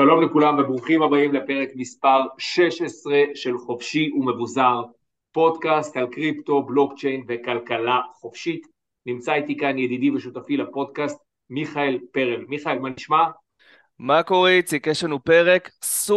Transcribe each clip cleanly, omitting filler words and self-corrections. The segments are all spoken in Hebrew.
שלום לכולם וברוכים הבאים לפרק מספר 16 של חופשי ומבוזר, פודקאסט על קריפטו, בלוקצ'יין וכלכלה חופשית. נמצא איתי כאן ידידי ושותפי לפודקאסט מיכאל פרל. מיכאל, מה נשמע? מה קורה איציק? יש לנו פרק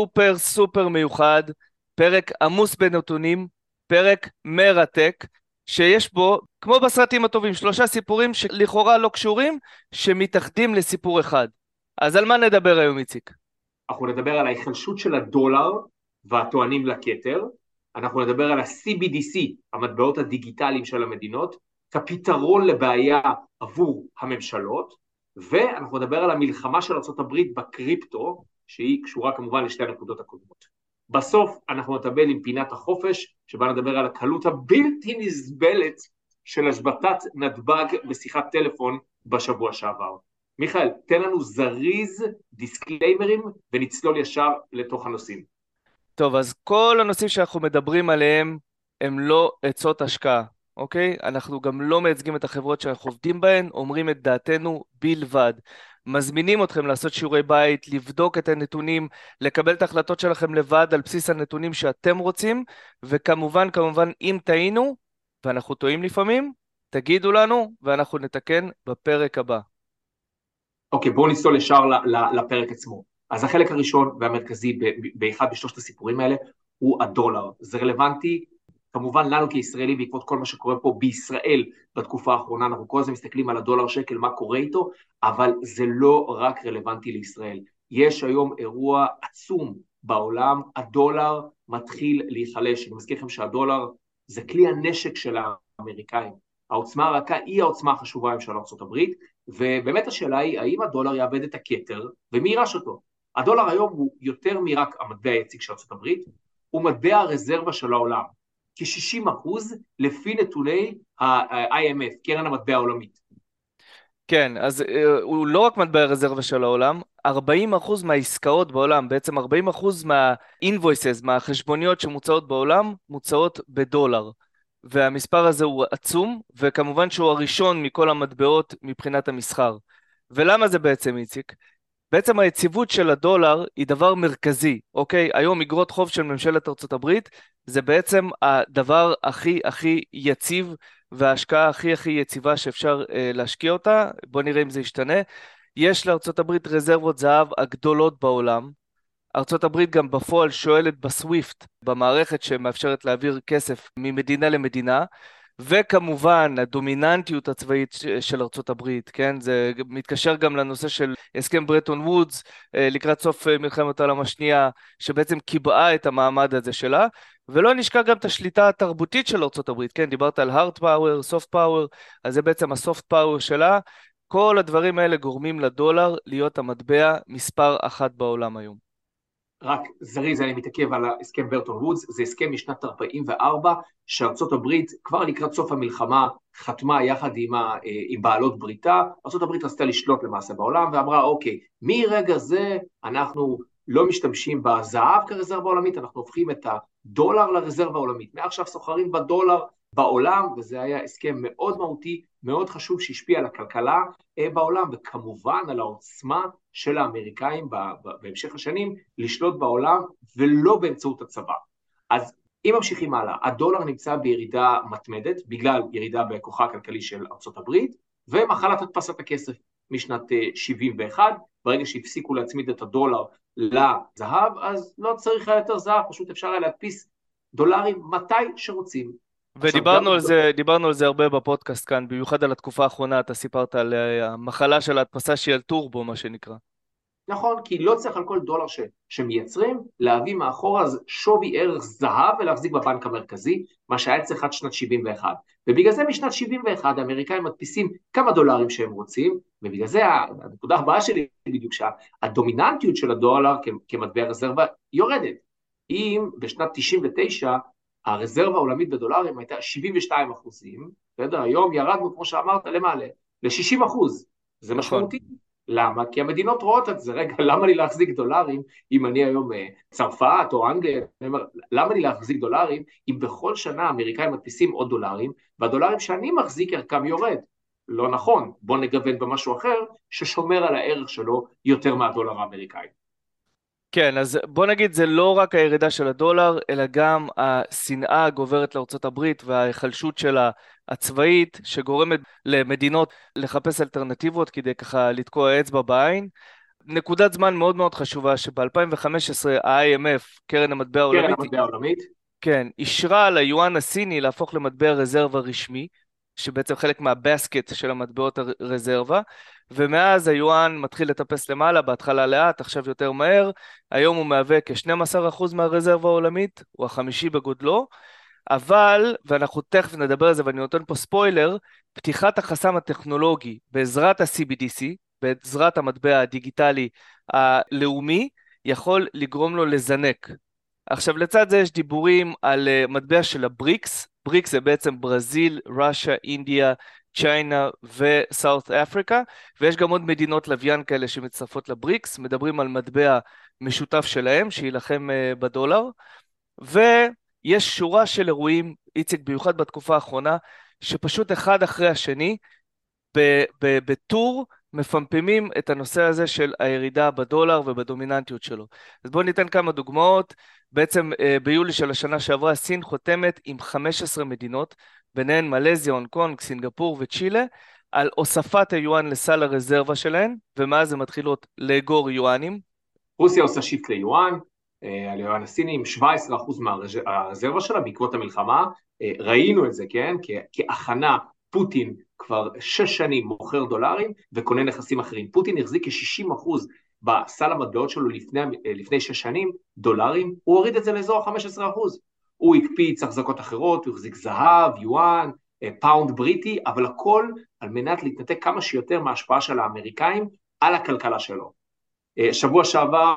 סופר מיוחד, פרק עמוס בנתונים, פרק מרתק, שיש בו, כמו בסרטים הטובים, 3 סיפורים שלכאורה לא קשורים, שמתאחדים לסיפור אחד. אז על מה נדבר היום איציק? אנחנו נדבר על ההיחלשות של הדולר והטוענים לכתר, אנחנו נדבר על ה-CBDC, המטבעות הדיגיטליים של המדינות, כפתרון לבעיה עבור הממשלות, ואנחנו נדבר על המלחמה של ארצות הברית בקריפטו, שהיא קשורה כמובן לשתי הנקודות הקודמות. בסוף אנחנו נטבל עם פינת החופש, שבה נדבר על הקלות הבלתי נסבלת של השבתת נתב"ג בשיחת טלפון בשבוע שעבר. מיכאל, תן לנו זריז דיסקליימרים ונצלול ישר לתוך הנושאים. טוב, אז כל הנושאים שאנחנו מדברים עליהם הם לא עצות השקעה, אוקיי? אנחנו גם לא מייצגים את החברות שאנחנו עובדים בהן, אומרים את דעתנו בלבד. מזמינים אתכם לעשות שיעורי בית, לבדוק את הנתונים, לקבל את ההחלטות שלכם לבד על בסיס הנתונים שאתם רוצים, וכמובן, אם טעינו, ואנחנו טועים לפעמים, תגידו לנו ואנחנו נתקן בפרק הבא. אוקיי, בואו נצלול ישר לפרק עצמו. אז החלק הראשון והמרכזי באחד בשלושת הסיפורים האלה הוא הדולר. זה רלוונטי כמובן לנו כישראלים בעקבות כל מה שקורה פה בישראל בתקופה האחרונה, אנחנו כל הזמן מסתכלים על הדולר שקל, מה קורה איתו, אבל זה לא רק רלוונטי לישראל. יש היום אירוע עצום בעולם, הדולר מתחיל להיחלש. אני מזכיר לכם שהדולר זה כלי הנשק של האמריקאים. העוצמה הרכה היא העוצמה החשובה עם של ארצות הברית, ובאמת השאלה היא, האם הדולר יאבד את הכתר, ומי יירש אותו? הדולר היום הוא יותר מרק המטבע היציג של ארצות הברית, הוא מטבע הרזרבה של העולם, כ-60% לפי נתוני ה-IMF, קרן המטבע העולמית. כן, אז הוא לא רק מטבע הרזרבה של העולם, 40% מהעסקאות בעולם, בעצם 40% מה-invoices, מהחשבוניות שמוצאות בעולם, מוצאות בדולר. והמספר הזה הוא עצום, וכמובן שהוא הראשון מכל המטבעות מבחינת המסחר. ולמה זה בעצם, איציק? בעצם היציבות של הדולר היא דבר מרכזי, אוקיי? היום אגרות חוב של ממשלת ארצות הברית, זה בעצם הדבר הכי יציב, וההשקעה הכי יציבה שאפשר להשקיע אותה. בוא נראה אם זה ישתנה. יש לארצות הברית רזרבות זהב הגדולות בעולם. ארצות הברית גם בפועל שואלת בסוויפט, במערכת שמאפשרת להעביר כסף ממדינה למדינה, וכמובן הדומיננטיות הצבאית של ארצות הברית, כן? זה מתקשר גם לנושא של הסכם ברטון וודס לקראת סוף מלחמת העולם השנייה, שבעצם קיבעה את המעמד הזה שלה, ולא נשכח גם את השליטה התרבותית של ארצות הברית, כן? דיברת על hard power, soft power, אז זה בעצם ה-soft power שלה. כל הדברים האלה גורמים לדולר להיות המטבע מספר 1 בעולם היום. רק זריז, אני מתעכב על הסכם ברטון וודס, זה הסכם משנת 44, שארצות הברית כבר לקראת סוף המלחמה חתמה יחד עם בעלות בריתה. ארצות הברית רצתה לשלוט למעשה בעולם, ואמרה, אוקיי, מרגע זה אנחנו לא משתמשים בזהב כרזרבה עולמית, אנחנו הופכים את הדולר לרזרבה העולמית. מעכשיו סוחרים בדולר בעולם, וזה היה הסכם מאוד מהותי, מאוד חשוב שהשפיע על הכלכלה בעולם, וכמובן על העוצמה של האמריקאים בהמשך השנים לשלוט בעולם, ולא באמצעות הצבא. אז אם ממשיכים הלאה, הדולר נמצא בירידה מתמדת, בגלל ירידה בכוחה הכלכלי של ארצות הברית, ומחלת הדפסת הכסף משנת 71, ברגע שהפסיקו להצמיד את הדולר לזהב, אז לא צריך יותר זהב, פשוט אפשר היה להדפיס דולרים מתי שרוצים. עכשיו גם... דיברנו על זה הרבה בפודקאסט כאן, במיוחד על התקופה האחרונה, אתה סיפרת על המחלה של ההדפסה שהיא על טורבו, מה שנקרא. נכון, כי לא צריך על כל דולר שמייצרים, להביא מאחורה שווי ערך זהב ולהחזיק בבנק המרכזי, מה שהיה צריך עד שנת 71. ובגלל זה משנת 71 האמריקאים מדפיסים כמה דולרים שהם רוצים, ובגלל זה הנקודה הבאה שלי בדיוק שהדומיננטיות של הדולר כמטבע רזרבה יורדת. אם בשנת 99 הרזרבה העולמית בדולרים הייתה 72%, היום ירדנו, כמו שאמרת, למעלה, ל-60%. זה נכון. משמעותי. למה? כי המדינות רואות את זה. רגע, למה לי להחזיק דולרים אם אני היום צרפת או אנגליה? למה לי להחזיק דולרים אם בכל שנה האמריקאים מדפיסים עוד דולרים, והדולרים שאני מחזיק ערכם יורד? לא נכון, בוא נגוון במשהו אחר ששומר על הערך שלו יותר מהדולר האמריקאי. כן, אז בוא נגיד, זה לא רק הירידה של הדולר, אלא גם השנאה הגוברת לארצות הברית וההיחלשות שלה הצבאית, שגורמת למדינות לחפש אלטרנטיבות כדי ככה לתקוע אצבע בעין. נקודת זמן מאוד מאוד חשובה, שב-2015 ה-IMF, קרן המטבע קרן העולמית, המטבע העולמית, כן, אישרה על היואן הסיני להפוך למטבע רזרבה רשמי, שבעצם חלק מהבסקט של המטבעות הרזרבה, ומאז היואן מתחיל לטפס למעלה, בהתחלה לאט, עכשיו יותר מהר, היום הוא מהווה כ-12% מהרזרבה העולמית, הוא החמישי בגודלו, אבל, ואנחנו תכף נדבר על זה ואני נותן פה ספוילר, פתיחת החסם הטכנולוגי בעזרת ה-CBDC, בעזרת המטבע הדיגיטלי הלאומי, יכול לגרום לו לזנק. עכשיו לצד זה יש דיבורים על מטבע של הבריקס, בריקס זה בעצם ברזיל, רוסיה, אינדיה, צ'יינה וסאות' אפריקה, ויש גם עוד מדינות לוויין כאלה שמצטרפות לבריקס, מדברים על מטבע משותף שלהם שיילחם בדולר, ויש שורה של אירועים, איציק, במיוחד בתקופה האחרונה, שפשוט אחד אחרי השני, בטור מפמפמים את הנושא הזה של הירידה בדולר ובדומיננטיות שלו. אז בואו ניתן כמה דוגמאות. בעצם ביולי של השנה שעברה סין חותמת עם 15 מדינות, ביניהן מלזיה, הונג קונג, סינגפור וצ'ילה, על הוספת היואן לסל הרזרבה שלהן, ומאז הן מתחילות לאגור יואנים. רוסיה עושה שיפט ליואן, על יואן הסיני עם 17% מהרזרבה שלה בעקבות המלחמה, ראינו את זה, כן, כהכנה, פוטין כבר 6 שנים מוכר דולרים וקונה נכסים אחרים. פוטין החזיק כ-60% בסל המטבעות שלו לפני 6 שנים, דולרים, הוא הוריד את זה לאזור ה-15%. הוא הקפיץ החזקות אחרות, הוא החזיק זהב, יואן, פאונד בריטי, אבל הכל על מנת להתנתק כמה שיותר מההשפעה של האמריקאים על הכלכלה שלו. שבוע שעבר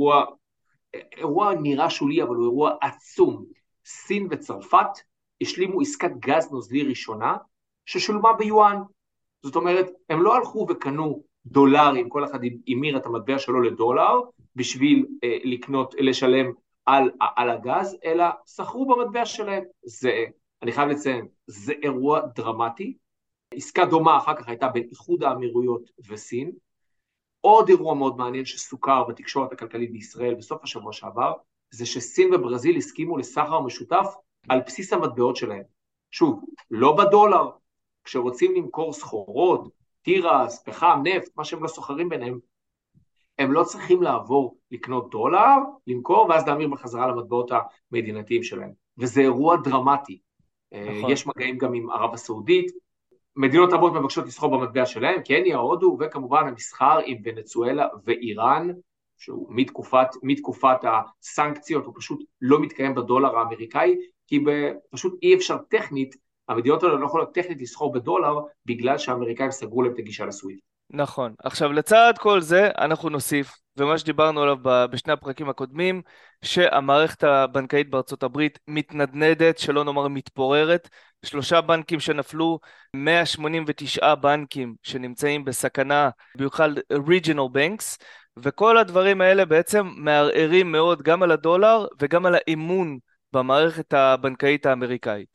אירוע נראה שולי, אבל הוא אירוע עצום. סין וצרפת השלימו עסקת גז נוזלי ראשונה, ששולמה ביואן. זאת אומרת, הם לא הלכו וקנו דולרים, כל אחד המיר את המטבע שלו לדולר, בשביל לשלם על הגז, אלא שכרו במטבע שלהם. אני חייב לציין, זה אירוע דרמטי. עסקה דומה אחר כך הייתה בין איחוד האמירויות וסין. עוד אירוע מאוד מעניין שסוכר בתקשורת הכלכלית בישראל בסוף השבוע שעבר, זה שסין וברזיל הסכימו לסחר משותף על בסיס המטבעות שלהם. שוב, לא בדולר, כשרוצים למכור סחורות, תירס, פחם, נפט, מה שהם לא סוחרים ביניהם, הם לא צריכים לעבור לקנות דולר, למכור, ואז להמיר בחזרה למטבעות המדינתיים שלהם. וזה אירוע דרמטי. נכון. יש מגעים גם עם ערב הסעודית, מדינות רבות מבקשות לסחור במטבע שלהם, קניה, הודו, וכמובן המסחר עם ונצואלה ואיראן, שהוא מתקופת הסנקציות, הוא פשוט לא מתקיים בדולר האמריקאי, כי פשוט אי אפשר טכנית, המדינות האלה לא יכולות טכנית לסחור בדולר, בגלל שהאמריקאים סגרו להם את הגישה לסוויפט. נכון. עכשיו, לצד כל זה, אנחנו נוסיף, ומה שדיברנו עליו בשני הפרקים הקודמים, שהמערכת הבנקאית בארצות הברית מתנדנדת, שלא נאמר מתפוררת, 3 בנקים שנפלו, 189 בנקים שנמצאים בסכנה, במיוחד regional banks, וכל הדברים האלה בעצם מערערים מאוד גם על הדולר וגם על האמון במערכת הבנקאית האמריקאית.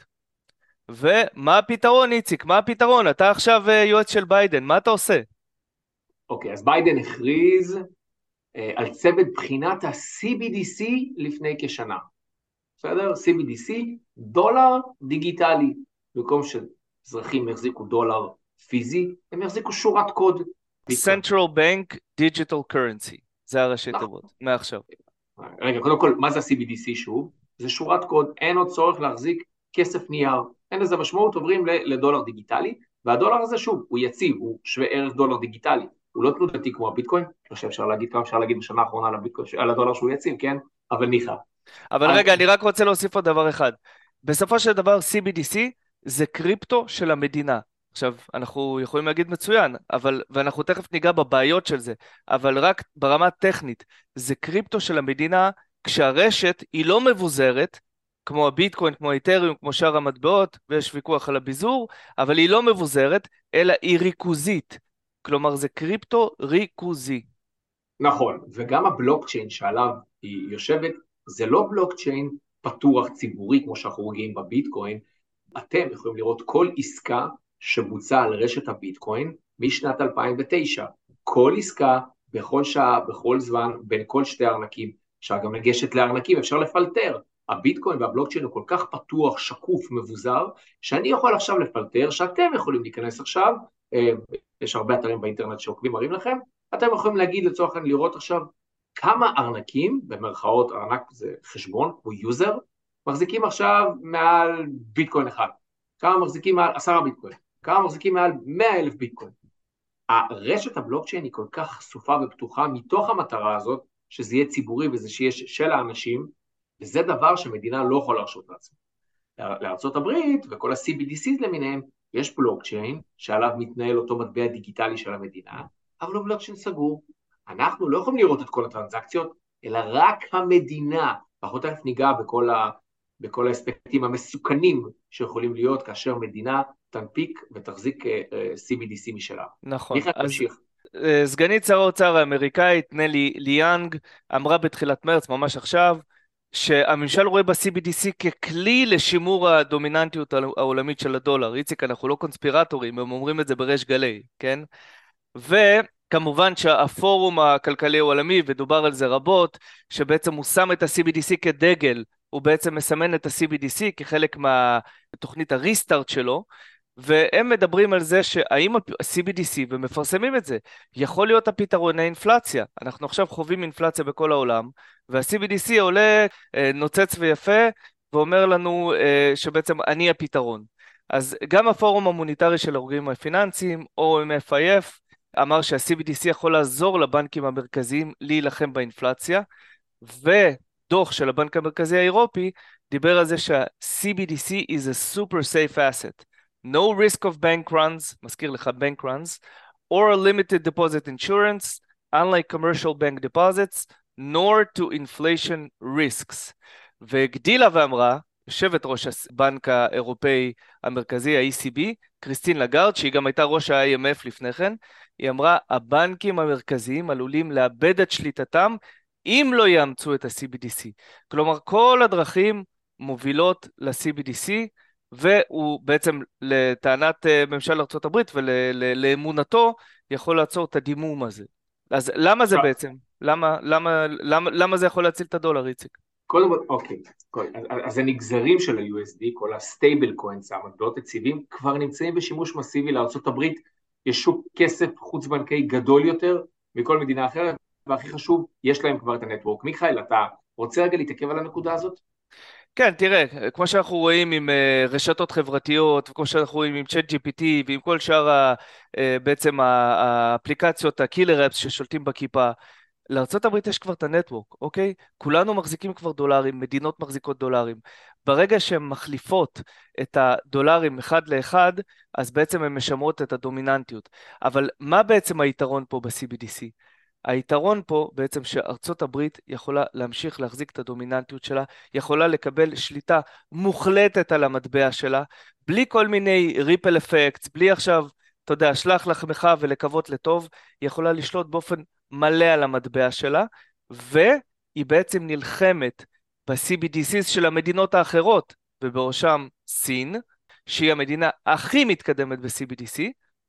ומה הפתרון, איציק? מה הפתרון? אתה עכשיו יועץ של ביידן, מה אתה עושה? אוקיי, אז ביידן הכריז על צוות בחינת ה-CBDC לפני כשנה. בסדר? CBDC, דולר דיגיטלי. במקום שאזרחים יחזיקו דולר פיזי, הם יחזיקו שורת קוד. Central Bank Digital Currency, זה הראשי תיבות, מעכשיו. רגע, קודם כל, מה זה ה-CBDC שוב? זה שורת קוד, אין עוד צורך להחזיק כסף נייר, אין לזה משמעות, עוברים לדולר דיגיטלי, והדולר הזה שוב, הוא יציב, הוא שווה ערך דולר דיגיטלי, הוא לא תנודתי כמו הביטקוין, לא חושב אפשר להגיד כמה אפשר להגיד בשנה האחרונה על הדולר שהוא יציב, כן? אבל ניחא. אבל רגע, אני רק רוצה להוסיף עוד דבר אחד. בסופו של דבר CBDC זה קריפטו של המדינה. עכשיו, אנחנו יכולים להגיד מצוין, ואנחנו תכף ניגע בבעיות של זה, אבל רק ברמה טכנית, זה קריפטו של המדינה, כשהרשת היא לא מבוזרת, כמו הביטקוין, כמו האתריום, כמו שאר המטבעות, ויש ויכוח על הביזור, אבל היא לא מבוזרת, אלא היא ריכוזית. כלומר, זה קריפטו ריכוזי. נכון, וגם הבלוקצ'יין שעליו היא יושבת, זה לא בלוקצ'יין פתוח ציבורי כמו שאנחנו רואים בביטקוין, אתם יכולים לראות כל עסקה שבוצעה על רשת הביטקוין משנת 2009, כל עסקה בכל שעה, בכל זמן, בין כל שתי ארנקים, אפשר גם לגשת לארנקים, אפשר לפלטר. הביטקוין והבלוקצ'יין הוא כל כך פתוח, שקוף, מבוזר, שאני יכול עכשיו לפלטר, שאתם יכולים להיכנס עכשיו, יש הרבה אתרים באינטרנט שעוקבים מראים לכם, אתם יכולים להגיד לצורך העניין לראות עכשיו כמה ארנקים, במרכאות ארנק זה חשבון, הוא יוזר, מחזיקים עכשיו מעל ביטקוין אחד, כמה מחזיקים מעל 10 ביטקוין, כמה מחזיקים מעל 100,000 ביטקוין. הרשת הבלוקצ'יין היא כל כך חשופה ופתוחה מתוך המטרה הזאת, שזה יהיה ציבורי וזה שיש של האנשים, וזה דבר שמדינה לא יכולה להרשות לעצמה. לארצות הברית וכל ה-CBDCs למיניהם, יש בלוקצ'יין שעליו מתנהל אותו מטבע דיגיטלי של המדינה, אבל הוא בלוקצ'יין סגור. אנחנו לא יכולים לראות את כל הטרנזקציות, אלא רק המדינה. ואנחנו תכף ניגע בכל האספקטים המסוכנים שיכולים להיות כאשר מדינה תנפיק ותחזיק CBDC משלה. נכון. מיכאל, תמשיך. סגנית שר האוצר האמריקאית, נלי ליאנג, אמרה בתחילת מרץ, ממש עכשיו, שהממשל רואה ב-CBDC ככלי לשימור הדומיננטיות העולמית של הדולר. איציק, אנחנו לא קונספירטורים, הם אומרים את זה בריש גלי, כן? וכמובן שהפורום הכלכלי העולמי, ודובר על זה רבות, שבעצם הוא שם את ה-CBDC כדגל, הוא בעצם מסמן את ה-CBDC כחלק מהתוכנית הריסטארט שלו, והם מדברים על זה שהאם ה-CBDC, ומפרסמים את זה, יכול להיות הפתרון האינפלציה. אנחנו עכשיו חווים אינפלציה בכל העולם, וה-CBDC עולה, נוצץ ויפה, ואומר לנו שבעצם אני הפתרון. אז גם הפורום המוניטרי של הארגונים הפיננסיים, OMFIF, אמר שה-CBDC יכול לעזור לבנקים המרכזיים להילחם באינפלציה, ודוח של הבנק המרכזי האירופי דיבר על זה שה-CBDC is a super safe asset. No risk of bank runs, מזכיר לך bank runs, or a limited deposit insurance, unlike commercial bank deposits, nor to inflation risks. והגדילה ואמרה, יושבת ראש הבנק האירופאי המרכזי, ה-ECB, קריסטין לגארד, שהיא גם הייתה ראש ה-IMF לפני כן, היא אמרה, הבנקים המרכזיים עלולים לאבד את שליטתם, אם לא יאמצו את ה-CBDC. כלומר, כל הדרכים מובילות ל-CBDC, והוא בעצם לטענת ממשל ארצות הברית ולאמונתו יכול לעצור את הדימום הזה. אז למה זה בעצם? למה זה יכול להציל את הדולר, איציק? קודם כל, אוקיי, אז הנגזרים של ה-USD, כל הסטייבל קוינס, המטבעות יציבים, כבר נמצאים בשימוש מסיבי לארצות הברית, יש שוק כסף חוץ-בנקאי גדול יותר מכל מדינה אחרת, והכי חשוב, יש להם כבר את הנטוורק. מיכאל, אתה רוצה רגע להתעכב על הנקודה הזאת? כן, תראה, כמו שאנחנו רואים עם רשתות חברתיות, וכמו שאנחנו רואים עם ChatGPT, ועם כל שאר בעצם האפליקציות, הקילר אפס ששולטים בכיפה, לארצות הברית יש כבר את הנטוורק, אוקיי? כולנו מחזיקים כבר דולרים, מדינות מחזיקות דולרים. ברגע שהן מחליפות את הדולרים אחד לאחד, אז בעצם הן משמרות את הדומיננטיות. אבל מה בעצם היתרון פה ב-CBDC? היתרון פה בעצם שארצות הברית יכולה להמשיך להחזיק את הדומיננטיות שלה, יכולה לקבל שליטה מוחלטת על המטבע שלה, בלי כל מיני ריפל אפקט, בלי עכשיו, אתה יודע, שלח לחמך ולקוות לטוב, היא יכולה לשלוט באופן מלא על המטבע שלה, והיא בעצם נלחמת ב-CBDCs של המדינות האחרות, ובראשם סין, שהיא המדינה הכי מתקדמת ב-CBDC,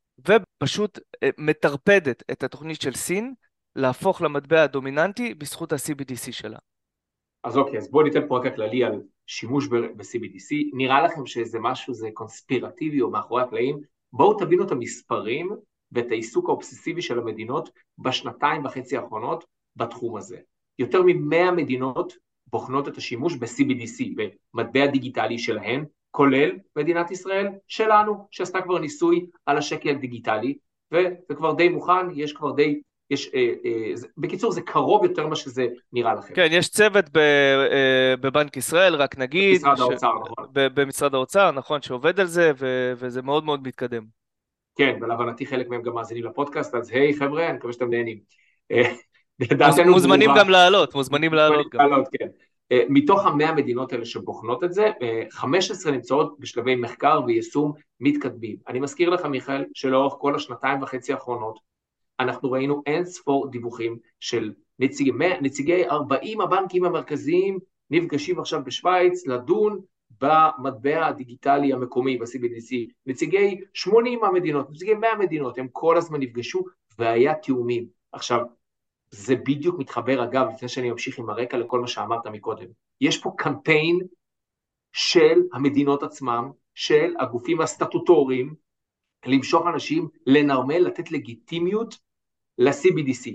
ופשוט מטרפדת את התוכנית של סין, להפוך למטבע הדומיננטי בזכות ה-CBDC שלה. אז אוקיי, אז בואו ניתן פה רקע כללי על שימוש ב-CBDC. נראה לכם שזה משהו, זה קונספירטיבי או מאחורי הקלעים? בואו תבינו את המספרים ואת העיסוק האובססיבי של המדינות בשנתיים וחצי האחרונות בתחום הזה. יותר מ-100 מדינות בוחנות את השימוש ב-CBDC, במטבע דיגיטלי שלהן, כולל מדינת ישראל שלנו, שעשתה כבר ניסוי על השקל דיגיטלי, וזה כבר די מוכן, יש כבר די... בקיצור זה קרוב יותר מה שזה נראה לכם. כן, יש צוות בבנק ישראל, רק נגיד, במשרד האוצר, נכון. במשרד האוצר, נכון, שעובד על זה, וזה מאוד מאוד מתקדם. כן, ולהבנתי חלק מהם גם מאזינים לפודקאסט, אז היי חבר'ה, אני מקווה שאתם נהנים. מוזמנים גם לעלות, מוזמנים לעלות גם. כן. מתוך 100 מדינות האלה שבוחנות את זה, 15 נמצאות בשלבי מחקר ויישום מתקדמים. אני מזכיר לך מיכאל, שלאורך כל השנתיים וחצי האחרונות, אנחנו ראינו אין ספור דיווחים של נציגי 40 הבנקים המרכזיים, נפגשים עכשיו בשוויץ לדון במטבע הדיגיטלי המקומי, ב-CBDC, נציגי 80 המדינות, נציגי 100 מדינות, הם כל הזמן נפגשו והיה תיאומים. עכשיו, זה בדיוק מתחבר, אגב, לפני שאני ממשיך עם הרקע לכל מה שאמרת מקודם. יש פה קמפיין של המדינות עצמם, של הגופים הסטטוטוריים, למשוך אנשים, לנרמל, לתת לגיטימיות ל-CBDC.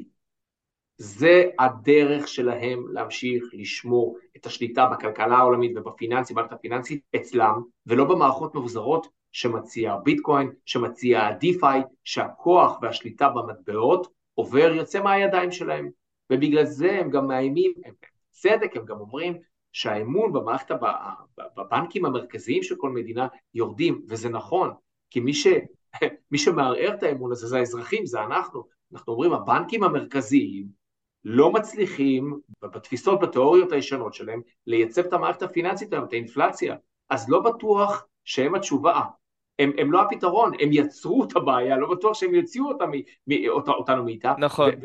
זה הדרך שלהם להמשיך לשמור את השליטה בכלכלה העולמית ובפיננסים, במערכת הפיננסית אצלם, ולא במערכות מבוזרות שמציע ביטקוין, שמציע דיפיי, שהכוח והשליטה במטבעות עובר, יוצא מהידיים שלהם. ובגלל זה הם גם מאיימים, צדק, הם גם אומרים שהאמון במערכת, בבנקים המרכזיים של כל מדינה יורדים, וזה נכון, כי מי שמערער את האמון הזה זה האזרחים, זה אנחנו. אנחנו אומרים, הבנקים המרכזיים לא מצליחים, בתפיסות, בתיאוריות הישנות שלהם, לייצב את המערכת הפיננסית היום, את האינפלציה. אז לא בטוח שהם התשובה. הם לא הפתרון, הם יצרו את הבעיה, לא בטוח שהם יוציאו אותנו מאיתה. נכון,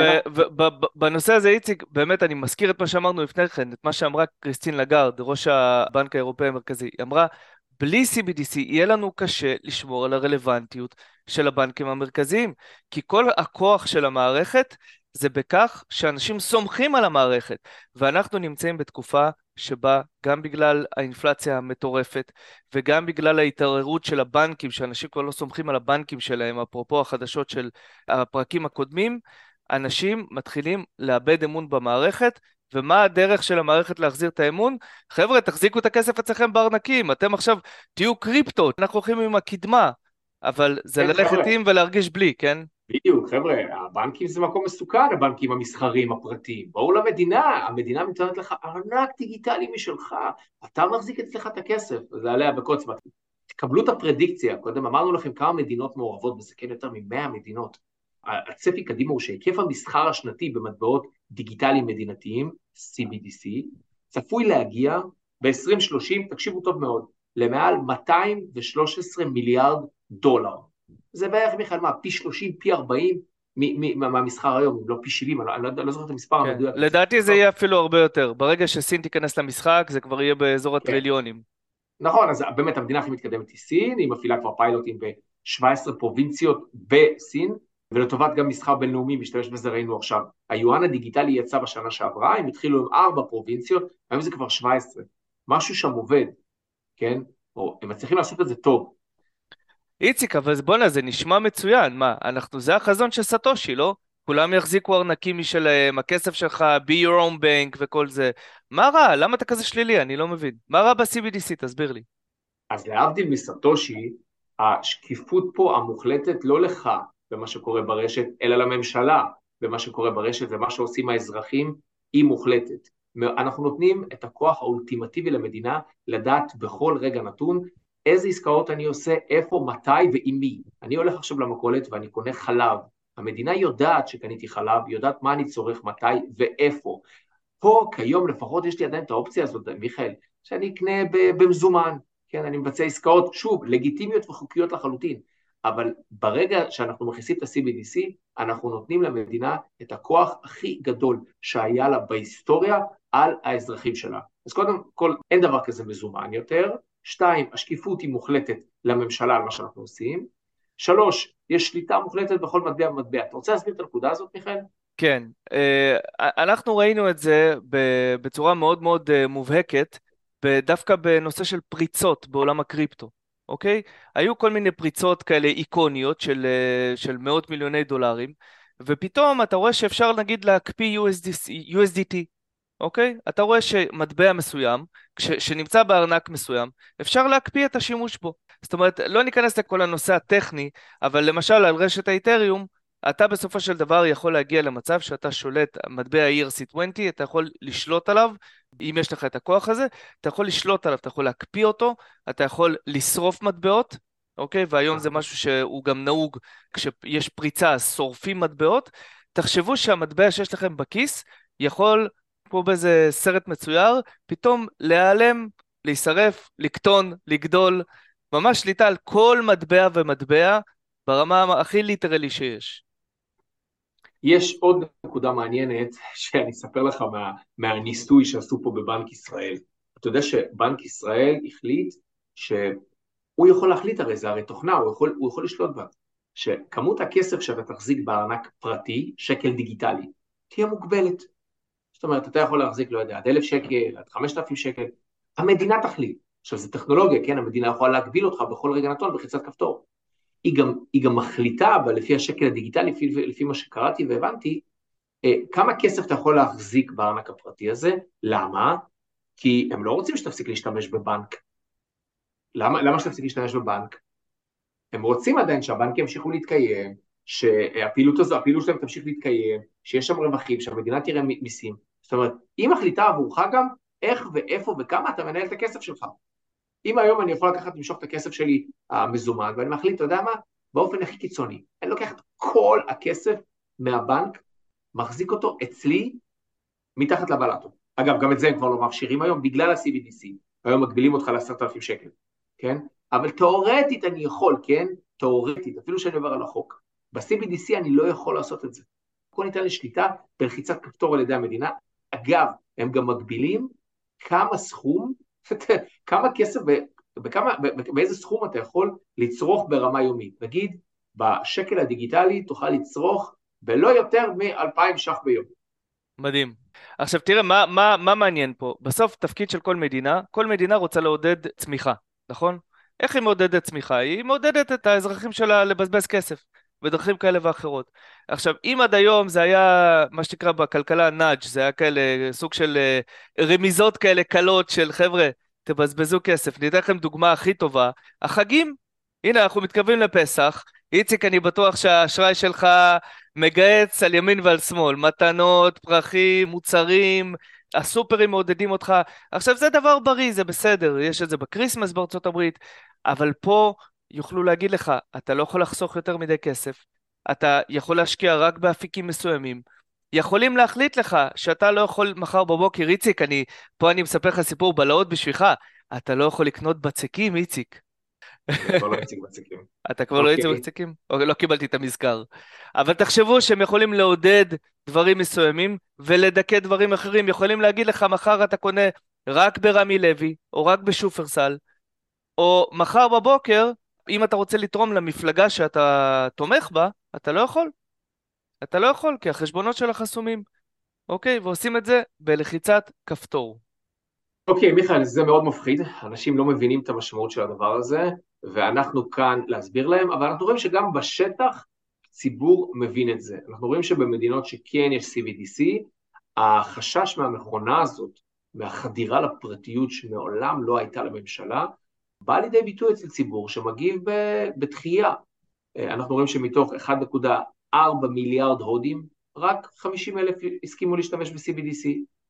ובנושא הזה, איציק, באמת אני מזכיר את מה שאמרנו לפני כן, את מה שאמרה קריסטין לגארד, ראש הבנק האירופאי המרכזי, היא אמרה, בלי CBDC יהיה לנו קשה לשמור על הרלוונטיות של הבנקים המרכזיים, כי כל הכוח של המערכת זה בכך שאנשים סומכים על המערכת, ואנחנו נמצאים בתקופה שבה גם בגלל האינפלציה המטורפת, וגם בגלל ההתערערות של הבנקים, שאנשים כבר לא סומכים על הבנקים שלהם, אפרופו החדשות של הפרקים הקודמים, אנשים מתחילים לאבד אמון במערכת, ומה הדרך של המערכת להחזיר את האמון? חבר'ה, תחזיקו את הכסף אצלכם בארנקים, אתם עכשיו תהיו קריפטו, אנחנו הולכים עם הקדמה, אבל זה כן, ללכת חבר'ה, עם ולהרגיש בלי, כן? בדיוק, חבר'ה, הבנקים זה מקום מסוכן, הבנקים המסחריים הפרטיים. בואו למדינה, המדינה נותנת לך ארנק דיגיטלי משלך, אתה מחזיק אצלך את הכסף, וזה עליה בקוץ. תקבלו את הפרדיקציה, קודם אמרנו לכם כמה מדינות מעורבות, וזה כן יותר מ100 מדינות. הצפי קדימה הוא שהיקף המסחר השנתי במטבעות דיגיטליים מדינתיים, CBDC, צפוי להגיע ב-2030, תקשיבו טוב מאוד, למעל 213 מיליארד דולר. זה בערך, מיכאל, מה, פי 30, פי 40 מהמסחר היום, אם לא פי 70, אני לא זוכר את המספר כן. המדויק. לדעתי זה יהיה אפילו הרבה יותר, ברגע שסין תיכנס למשחק, זה כבר יהיה באזור כן. הטריליונים. נכון, אז באמת המדינה הכי מתקדמת היא סין, היא מפעילה כבר פיילוטים ב-17 פרובינציות בסין, ולטובת גם מסחר בינלאומי, משתמש בזה ראינו עכשיו. היואן הדיגיטלי יצא בשנה שעברה, הם התחילו עם 4 פרובינציות, היום זה כבר 17. משהו שם עובד, כן? או הם מצליחים לעשות את זה טוב. איציק, אבל בוא'נה, זה נשמע מצוין, מה, זה החזון של סטושי, לא? כולם יחזיקו ארנקים משלהם, הכסף שלך, be your own bank וכל זה. מה רע? למה אתה כזה שלילי? אני לא מבין. מה רע ב-CBDC? תסביר לי. אז להבדיל מסטושי, השקיפות פה המוחלטת לא לך במה שקורה ברשת, אלא לממשלה במה שקורה ברשת, ומה שעושים האזרחים היא מוחלטת. אנחנו נותנים את הכוח האולטימטיבי למדינה לדעת בכל רגע נתון איזה עסקאות אני עושה, איפה, מתי ועם מי. אני הולך עכשיו למכולת ואני קונה חלב. המדינה יודעת שקניתי חלב, יודעת מה אני צורך, מתי ואיפה. פה כיום לפחות יש לי עדיין את האופציה הזאת, מיכאל, שאני אקנה במזומן. כן, אני מבצע עסקאות, שוב, לגיטימיות וחוקיות לחלוטין, אבל ברגע שאנחנו מכניסים את ה-CBDC, אנחנו נותנים למדינה את הכוח הכי גדול שהיה לה בהיסטוריה על האזרחים שלה. אז קודם כל, אין דבר כזה מזומן יותר. 2, השקיפות היא מוחלטת לממשלה על מה שאנחנו עושים. 3, יש שליטה מוחלטת בכל מטבע ומטבע. אתה רוצה להסביר את הנקודה הזאת, מיכאל? כן, אנחנו ראינו את זה בצורה מאוד מאוד מובהקת, דווקא בנושא של פריצות בעולם הקריפטו, אוקיי? היו כל מיני פריצות כאלה איקוניות של מאות מיליוני דולרים, ופתאום אתה רואה שאפשר נגיד להקפיא USDT, אוקיי? אתה רואה שמטבע מסוים, שנמצא בארנק מסוים, אפשר להקפיא את השימוש בו. זאת אומרת, לא ניכנס לכל הנושא הטכני, אבל למשל על רשת האיתריום, אתה בסופו של דבר יכול להגיע למצב שאתה שולט, מטבע ERC20, אתה יכול לשלוט עליו, אם יש לך את הכוח הזה, אתה יכול לשלוט עליו, אתה יכול להקפיא אותו, אתה יכול לשרוף מטבעות, אוקיי? והיום זה משהו שהוא גם נהוג, כשיש פריצה, שורפים מטבעות, תחשבו שהמטבע שיש לכם בכיס, יכול, כמו באיזה סרט מצויר, פתאום להיעלם, להישרף, לקטון, לגדול, ממש שליטה על כל מטבע ומטבע, ברמה הכי ליטרלי שיש. יש עוד נקודה מעניינת שאני אספר לך מהניסוי שעשו פה בבנק ישראל. אתה יודע שבנק ישראל החליט שהוא יכול להחליט, זה הרי תוכנה, הוא יכול לשלוט בה, שכמות הכסף שאתה תחזיק בארנק פרטי, שקל דיגיטלי, תהיה מוגבלת. זאת אומרת, אתה יכול להחזיק, לא יודע, עד 1,000 שקל, עד 5,000 שקל, המדינה תחליט. עכשיו, זה טכנולוגיה, כן, המדינה יכולה להגביל אותך בכל רגע נתון בלחיצת כפתור. היא גם מחליטה, אבל לפי השקל הדיגיטלי, לפי מה שקראתי והבנתי, כמה כסף אתה יכול להחזיק בארנק הפרטי הזה. למה? כי הם לא רוצים שתפסיק להשתמש בבנק. למה שתפסיק להשתמש בבנק? הם רוצים עדיין שהבנקים ימשיכו להתקיים, שהפעילות שלהם תמשיך להתקיים, שיש שם רווחים, שהמדינה תראה מיסים. זאת אומרת, היא מחליטה עבורך גם איך ואיפה וכמה אתה מנהל את הכסף שלך. אם היום אני יכול לקחת למשוך את הכסף שלי המזומן, ואני מחליט, אתה יודע מה? באופן הכי קיצוני, אני לוקח את כל הכסף מהבנק, מחזיק אותו אצלי, מתחת לבלטו. אגב, גם את זה הם כבר לא מאפשרים היום, בגלל ה-CBDC. היום מגבילים אותך ל10,000 שקל, כן? אבל תיאורטית אני יכול, כן? תיאורטית, אפילו שאני עובר על החוק. ב-CBDC אני לא יכול לעשות את זה. הכל ניתן לשליטה בלחיצת כפתור על ידי המדינה. אגב, הם גם מגבילים כמה סכום, כמה כסף, באיזה סכום אתה יכול לצרוך ברמה יומית. נגיד, בשקל הדיגיטלי תוכל לצרוך בלא יותר מ-2,000 ש"ח ביום. מדהים. עכשיו תראה, מה מעניין פה? בסוף תפקיד של כל מדינה רוצה לעודד צמיחה, נכון? איך היא מעודדת צמיחה? היא מעודדת את האזרחים שלה לבזבז כסף, בדרכים כאלה ואחרות. עכשיו, אם עד היום זה היה, מה שנקרא בכלכלה נאג', זה היה כאלה, סוג של רמיזות כאלה קלות של חבר'ה, תבזבזו כסף. ניתן לכם דוגמה הכי טובה, החגים. הנה, אנחנו מתקרבים לפסח. איציק, אני בטוח שהאשראי שלך מגהץ על ימין ועל שמאל, מתנות, פרחים, מוצרים, הסופרים מעודדים אותך. עכשיו זה דבר בריא, זה בסדר, יש את זה בקריסמס בארצות הברית, אבל פה יוכלו להגיד לך, אתה לא יכול לחסוך יותר מדי כסף, אתה יכול להשקיע רק באפיקים מסוימים, יכולים להחליט לך שאתה לא יכול מחר בבוקר, איציק, פה אני מספר לך סיפור בלהות בשבילך, אתה לא יכול לקנות בצקים, איציק. אני כבר לא מציג בצקים. אתה כבר לא יצא אוקיי. בקצקים? או לא קיבלתי את המזכר. אבל תחשבו שהם יכולים לעודד דברים מסוימים ולדכא דברים אחרים. יכולים להגיד לך מחר אתה קונה רק ברמי לוי או רק בשופרסל, או מחר בבוקר, אם אתה רוצה לתרום למפלגה שאתה תומך בה, אתה לא יכול. אתה לא יכול כי החשבונות שלה חסומים. אוקיי? ועושים את זה בלחיצת כפתור. אוקיי, מיכאל, זה מאוד מפחיד, אנשים לא מבינים את המשמעות של הדבר הזה, ואנחנו כאן להסביר להם, אבל אנחנו רואים שגם בשטח ציבור מבין את זה. אנחנו רואים שבמדינות שכן יש CBDC, החשש מהמכונה הזאת, מהחדירה לפרטיות שמעולם לא הייתה לממשלה, בא לידי ביטוי אצל ציבור שמגיב בתחייה. אנחנו רואים שמתוך 1.4 מיליארד הודים, רק 50,000 הסכימו להשתמש ב-CBDC.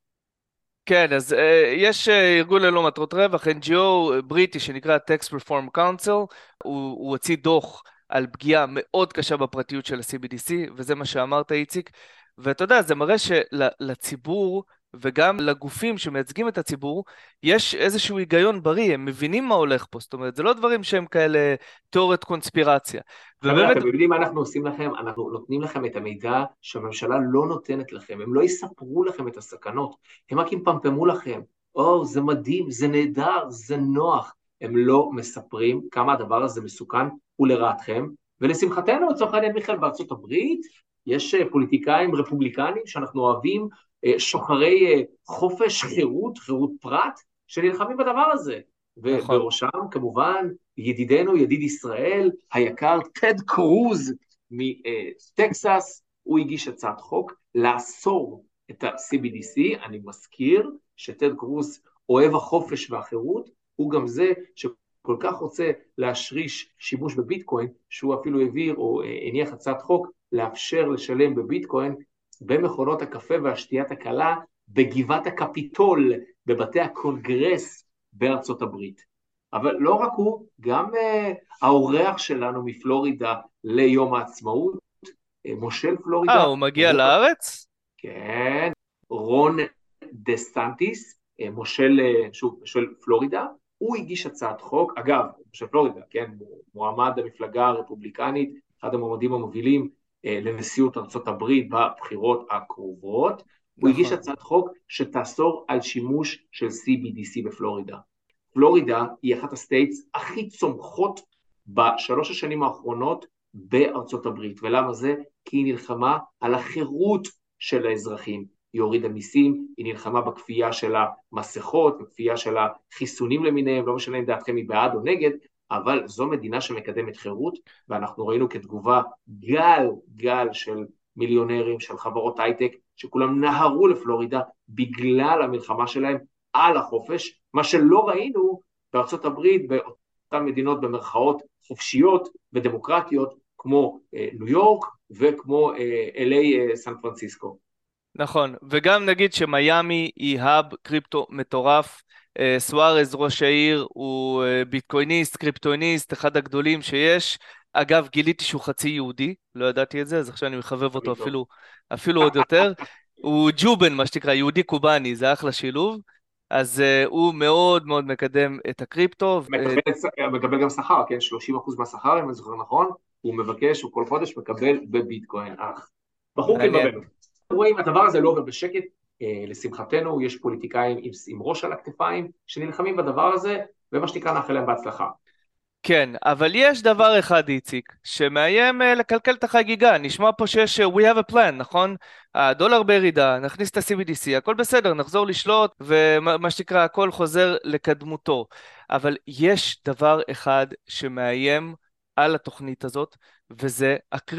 כן, אז יש ארגון ללא מטרות רווח, NGO בריטי שנקרא Tax Reform Council, הוא הוציא דוח על פגיעה מאוד קשה בפרטיות של ה-CBDC, וזה מה שאמרת איציק, ואתה יודע, זה מראה שלציבור וגם לגופים שמייצגים את הציבור, יש איזשהו היגיון בריא, הם מבינים מה הולך פה, זאת אומרת, זה לא דברים שהם כאלה תיאוריית קונספירציה. חבר'ה, ובאמת, אתם יודעים מה אנחנו עושים לכם? אנחנו נותנים לכם את המידע שהממשלה לא נותנת לכם, הם לא יספרו לכם את הסכנות, הם רק יפמפמו לכם, זה מדהים, זה נהדר, זה נוח, הם לא מספרים כמה הדבר הזה מסוכן ולרעתכם, ולשמחתנו, לצורך העניין מיכאל, בארצות הברית, יש פוליטיקאים רפובליקנים שאנחנו אוהבים, שוחרי חופש, חירות פרט, שנלחמים בדבר הזה, נכון. ובראשם כמובן ידידנו, ידיד ישראל היקר, טד קרוז מטקסס, הוא הגיש הצעת חוק לאסור את ה-CBDC. אני מזכיר שטד קרוז אוהב החופש והחירות, הוא גם זה שכל כך רוצה להשריש שימוש בביטקוין, שהוא אפילו העביר או הניח הצעת חוק לאפשר לשלם בביטקוין במכונות הקפה והשתיית הקלה בגבעת הקפיטול, בבתי הקונגרס בארצות הברית. אבל לא רק הוא, גם האורח שלנו מפלורידה ליום העצמאות, מושל פלורידה. הוא מגיע לארץ? כן, רון דה סנטיס, מושל פלורידה, הוא הגיש הצעת חוק, אגב, מושל פלורידה, כן, מועמד המפלגה הרפובליקנית, אחד המועמדים המובילים לנשיאות ארצות הברית בבחירות הקרובות, הוא הגיש הצעת חוק שתאסור על שימוש של CBDC בפלורידה. פלורידה היא אחת הסטייטס הכי צומחות בשלוש השנים האחרונות בארצות הברית, ולמה זה? כי היא נלחמה על החירות של האזרחים, היא הורידה מיסים, היא נלחמה בכפייה של המסכות, בכפייה של החיסונים למיניהם, לא משנה אם דעתכם היא בעד או נגד, אבל זו מדינה שמקדמת חירות, ואנחנו ראינו כתגובה גל של מיליונרים, של חברות הייטק, שכולם נהרו לפלורידה בגלל המלחמה שלהם על החופש, מה שלא ראינו בארצות הברית, באותן מדינות במרכאות חופשיות ודמוקרטיות, כמו ניו יורק וכמו LA, סן פרנסיסקו. נכון, וגם נגיד שמיימי היא האב קריפטו מטורף, סוארז ראש העיר הוא ביטקויניסט, קריפטוניסט, אחד הגדולים שיש. אגב, גיליתי שהוא חצי יהודי, לא ידעתי את זה, אז עכשיו אני מחבב אותו אפילו עוד יותר. הוא ג'ובן, מה שנקרא, יהודי קובאני, זה אחלה שילוב. אז הוא מאוד מאוד מקדם את הקריפטו. מקבל גם שכר, כן? 30% מהשכר, אם אני זוכר נכון, הוא מבקש, הוא כל חודש מקבל בביטקוין. בחור כלבבנו. רואים, הדבר הזה לא עובר בשקט, לשמחתנו, יש פוליטיקאים עם ראש על הכתפיים, שנלחמים בדבר הזה, ומה שנקרא נאחל להם בהצלחה. כן, אבל יש דבר אחד, איציק, שמאיים לקלקל את החגיגה. נשמע פה שיש we have a plan, נכון? הדולר בירידה, נכניס את ה-CBDC, הכל בסדר, נחזור לשלוט, ומה שנקרא, הכל חוזר לקדמותו. אבל יש דבר אחד שמאיים על התוכנית הזאת, וזה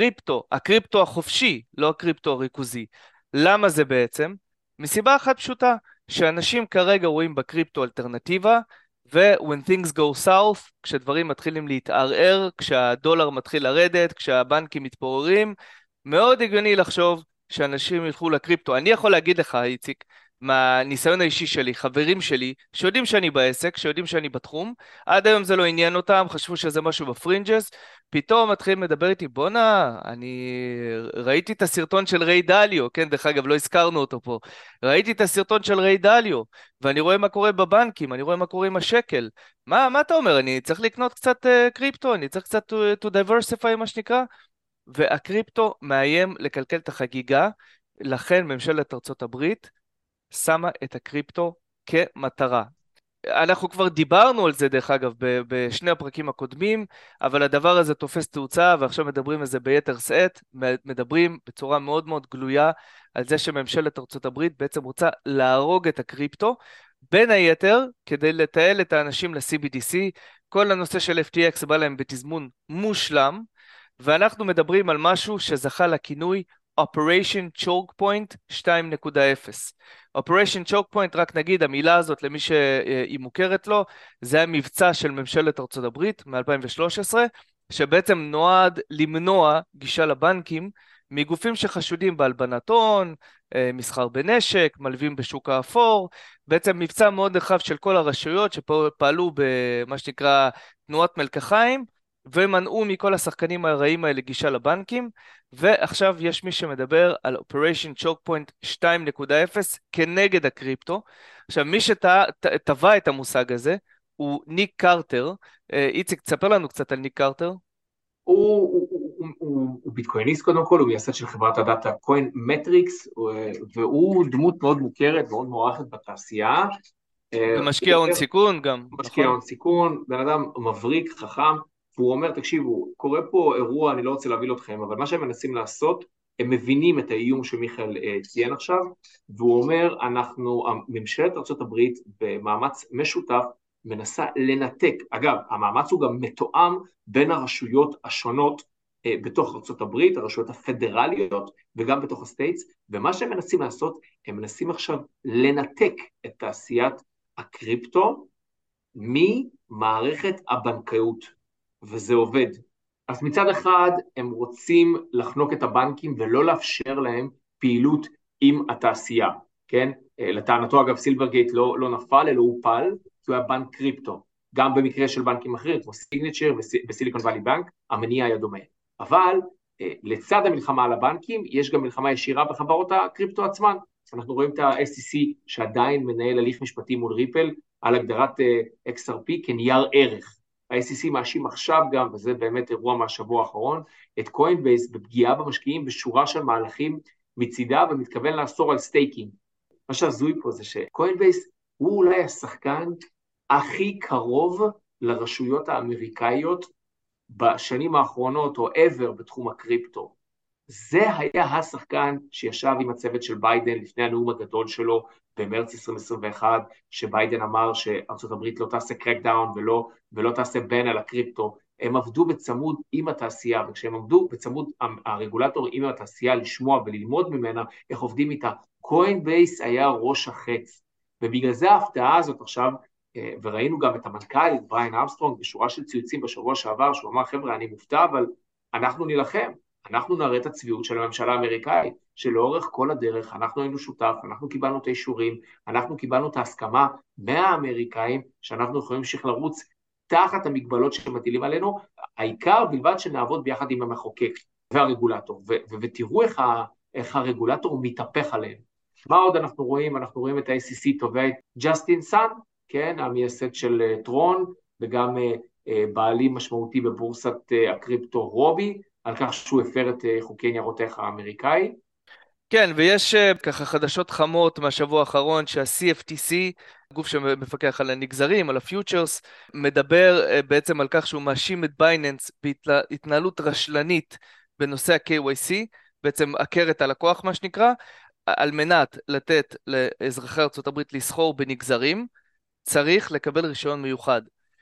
הקריפטו החופשי, לא הקריפטו הריכוזי. למה זה בעצם? מסיבה אחת פשוטה, שאנשים כרגע רואים בקריפטו אלטרנטיבה, ו-when things go south, כשדברים מתחילים להתערער, כשהדולר מתחיל לרדת, כשהבנקים מתפוררים, מאוד הגיוני לחשוב שאנשים ילכו לקריפטו. אני יכול להגיד לך, איציק, מהניסיון האישי שלי, חברים שלי, שיודעים שאני בעסק, שיודעים שאני בתחום, עד היום זה לא עניין אותם, חשבו שזה משהו בפרינג'ס, פתאום מתחילים לדבר איתי, בונה, אני ראיתי את הסרטון של ריי דליו, כן, דרך אגב, לא הזכרנו אותו פה, ראיתי את הסרטון של ריי דליו, ואני רואה מה קורה בבנקים, אני רואה מה קורה עם השקל, מה אתה אומר, אני צריך לקנות קצת קריפטו, אני צריך קצת to diversify מה שנקרא, והקריפטו מאיים לקלקל את החגיגה, לכן ממשלת ארצות הברית שמה את הקריפטו כמטרה. אנחנו כבר דיברנו על זה דרך אגב בשני הפרקים הקודמים, אבל הדבר הזה תופס תאוצה ועכשיו מדברים על זה ביתר שאת, מדברים בצורה מאוד מאוד גלויה על זה שממשלת ארצות הברית בעצם רוצה להרוג את הקריפטו, בין היתר כדי לתעל את האנשים ל-CBDC, כל הנושא של FTX בא להם בתזמון מושלם, ואנחנו מדברים על משהו שזכה לכינוי Operation Choke Point 2.0. Operation Choke Point, רק נגיד, המילה הזאת למי שהיא מוכרת לו, זה המבצע של ממשלת ארצות הברית מ-2013, שבעצם נועד למנוע גישה לבנקים מגופים שחשודים בהלבנת הון, מסחר בנשק, מלווים בשוק האפור, בעצם מבצע מאוד רחב של כל הרשויות שפעלו במה שנקרא תנועת מלקחיים, ומנעו מכל השחקנים הרעים האלה גישה לבנקים, ועכשיו יש מי שמדבר על Operation Choke Point 2.0 כנגד הקריפטו. עכשיו מי שטבע את המושג הזה הוא ניק קרטר. איציק, תספר לנו קצת על ניק קרטר. הוא ביטקויניסט קודם כל, הוא מייסד של חברת הדאטה קוין מטריקס, והוא דמות מאוד מוכרת, מאוד מוערכת בתעשייה. ומשקיע הון סיכון גם. משקיע הון סיכון, בן אדם מבריק, חכם, והוא אומר, תקשיבו, קורה פה אירוע, אני לא רוצה להביל אתכם, אבל מה שהם מנסים לעשות, הם מבינים את האיום שמיכאל ציין עכשיו, והוא אומר, ממשלת ארצות הברית במאמץ משותף, מנסה לנתק, אגב, המאמץ הוא גם מתואם בין הרשויות השונות בתוך ארצות הברית, הרשויות הפדרליות וגם בתוך הסטייטס, ומה שהם מנסים לעשות, הם מנסים עכשיו לנתק את תעשיית הקריפטו ממערכת הבנקאות, וזה עובד. אז מצד אחד הם רוצים לחנוק את הבנקים ולא לאפשר להם פעילות עם התעשייה, כן? לטענתו אגב סילברגייט לא נפל אלא הוא פעל, כי הוא היה בנק קריפטו, גם במקרה של בנקים אחרים כמו סיגניצ'ר וסיליקון ואלי בנק, המניע היה דומה. אבל לצד המלחמה על הבנקים יש גם מלחמה ישירה בחברות הקריפטו עצמן. אנחנו רואים את ה-SEC שעדיין מנהל הליך משפטי מול ריפל על הגדרת XRP כנייר ערך. ה-SEC מאשים עכשיו גם, וזה באמת אירוע מהשבוע האחרון, את קוינבייס בפגיעה במשקיעים בשורה של מהלכים מצידה, ומתכוון לאסור על סטייקינג. מה שהזוי פה זה שקוינבייס הוא אולי השחקן הכי קרוב לרשויות האמריקאיות בשנים האחרונות, או ever בתחום הקריפטו. זה היה השחקן שישב עם הצוות של ביידן לפני הנאום הגדול שלו במרץ 2021, שביידן אמר שארצות הברית לא תעשה קרקדאון ולא תעשה בן על הקריפטו. הם עבדו בצמוד עם התעשייה, וכשהם עמדו בצמוד הרגולטור עם התעשייה לשמוע וללמוד ממנה איך עובדים איתה, קוינבייס היה ראש החץ. ובגלל זה ההפתעה הזאת עכשיו, וראינו גם את המנכ"ל, בריין ארמסטרונג, בשורה של ציוצים בשבוע שעבר, שהוא אמר, חבר'ה, אני מופתע, אבל אנחנו נילחם. אנחנו נראה את הצביעות של הממשלה האמריקאית, שלאורך כל הדרך אנחנו היינו שותף, אנחנו קיבלנו את האישורים, אנחנו קיבלנו את ההסכמה מהאמריקאים, שאנחנו יכולים להמשיך לרוץ תחת המגבלות שמטילים עלינו, העיקר בלבד שנעבוד ביחד עם המחוקק והרגולטור, ותראו איך הרגולטור מתהפך עליהם. מה עוד אנחנו רואים? אנחנו רואים את ה-SEC תובע את ג'סטין סאן, כן, המייסד של טרון, וגם בעלים משמעותי בבורסת הקריפטו רובי, על כך שהוא הפר את חוקי ניירות ערך האמריקאי. כן, ויש ככה חדשות חמות מהשבוע האחרון שה-CFTC, גוף שמפקח על הנגזרים, על הפיוטרס, מדבר בעצם על כך שהוא מאשים את בייננס בהתנהלות רשלנית בנושא ה-KYC, בעצם עקרת הלקוח מה שנקרא, על מנת לתת לאזרחי ארצות הברית לסחור בנגזרים, צריך לקבל רישיון מיוחד.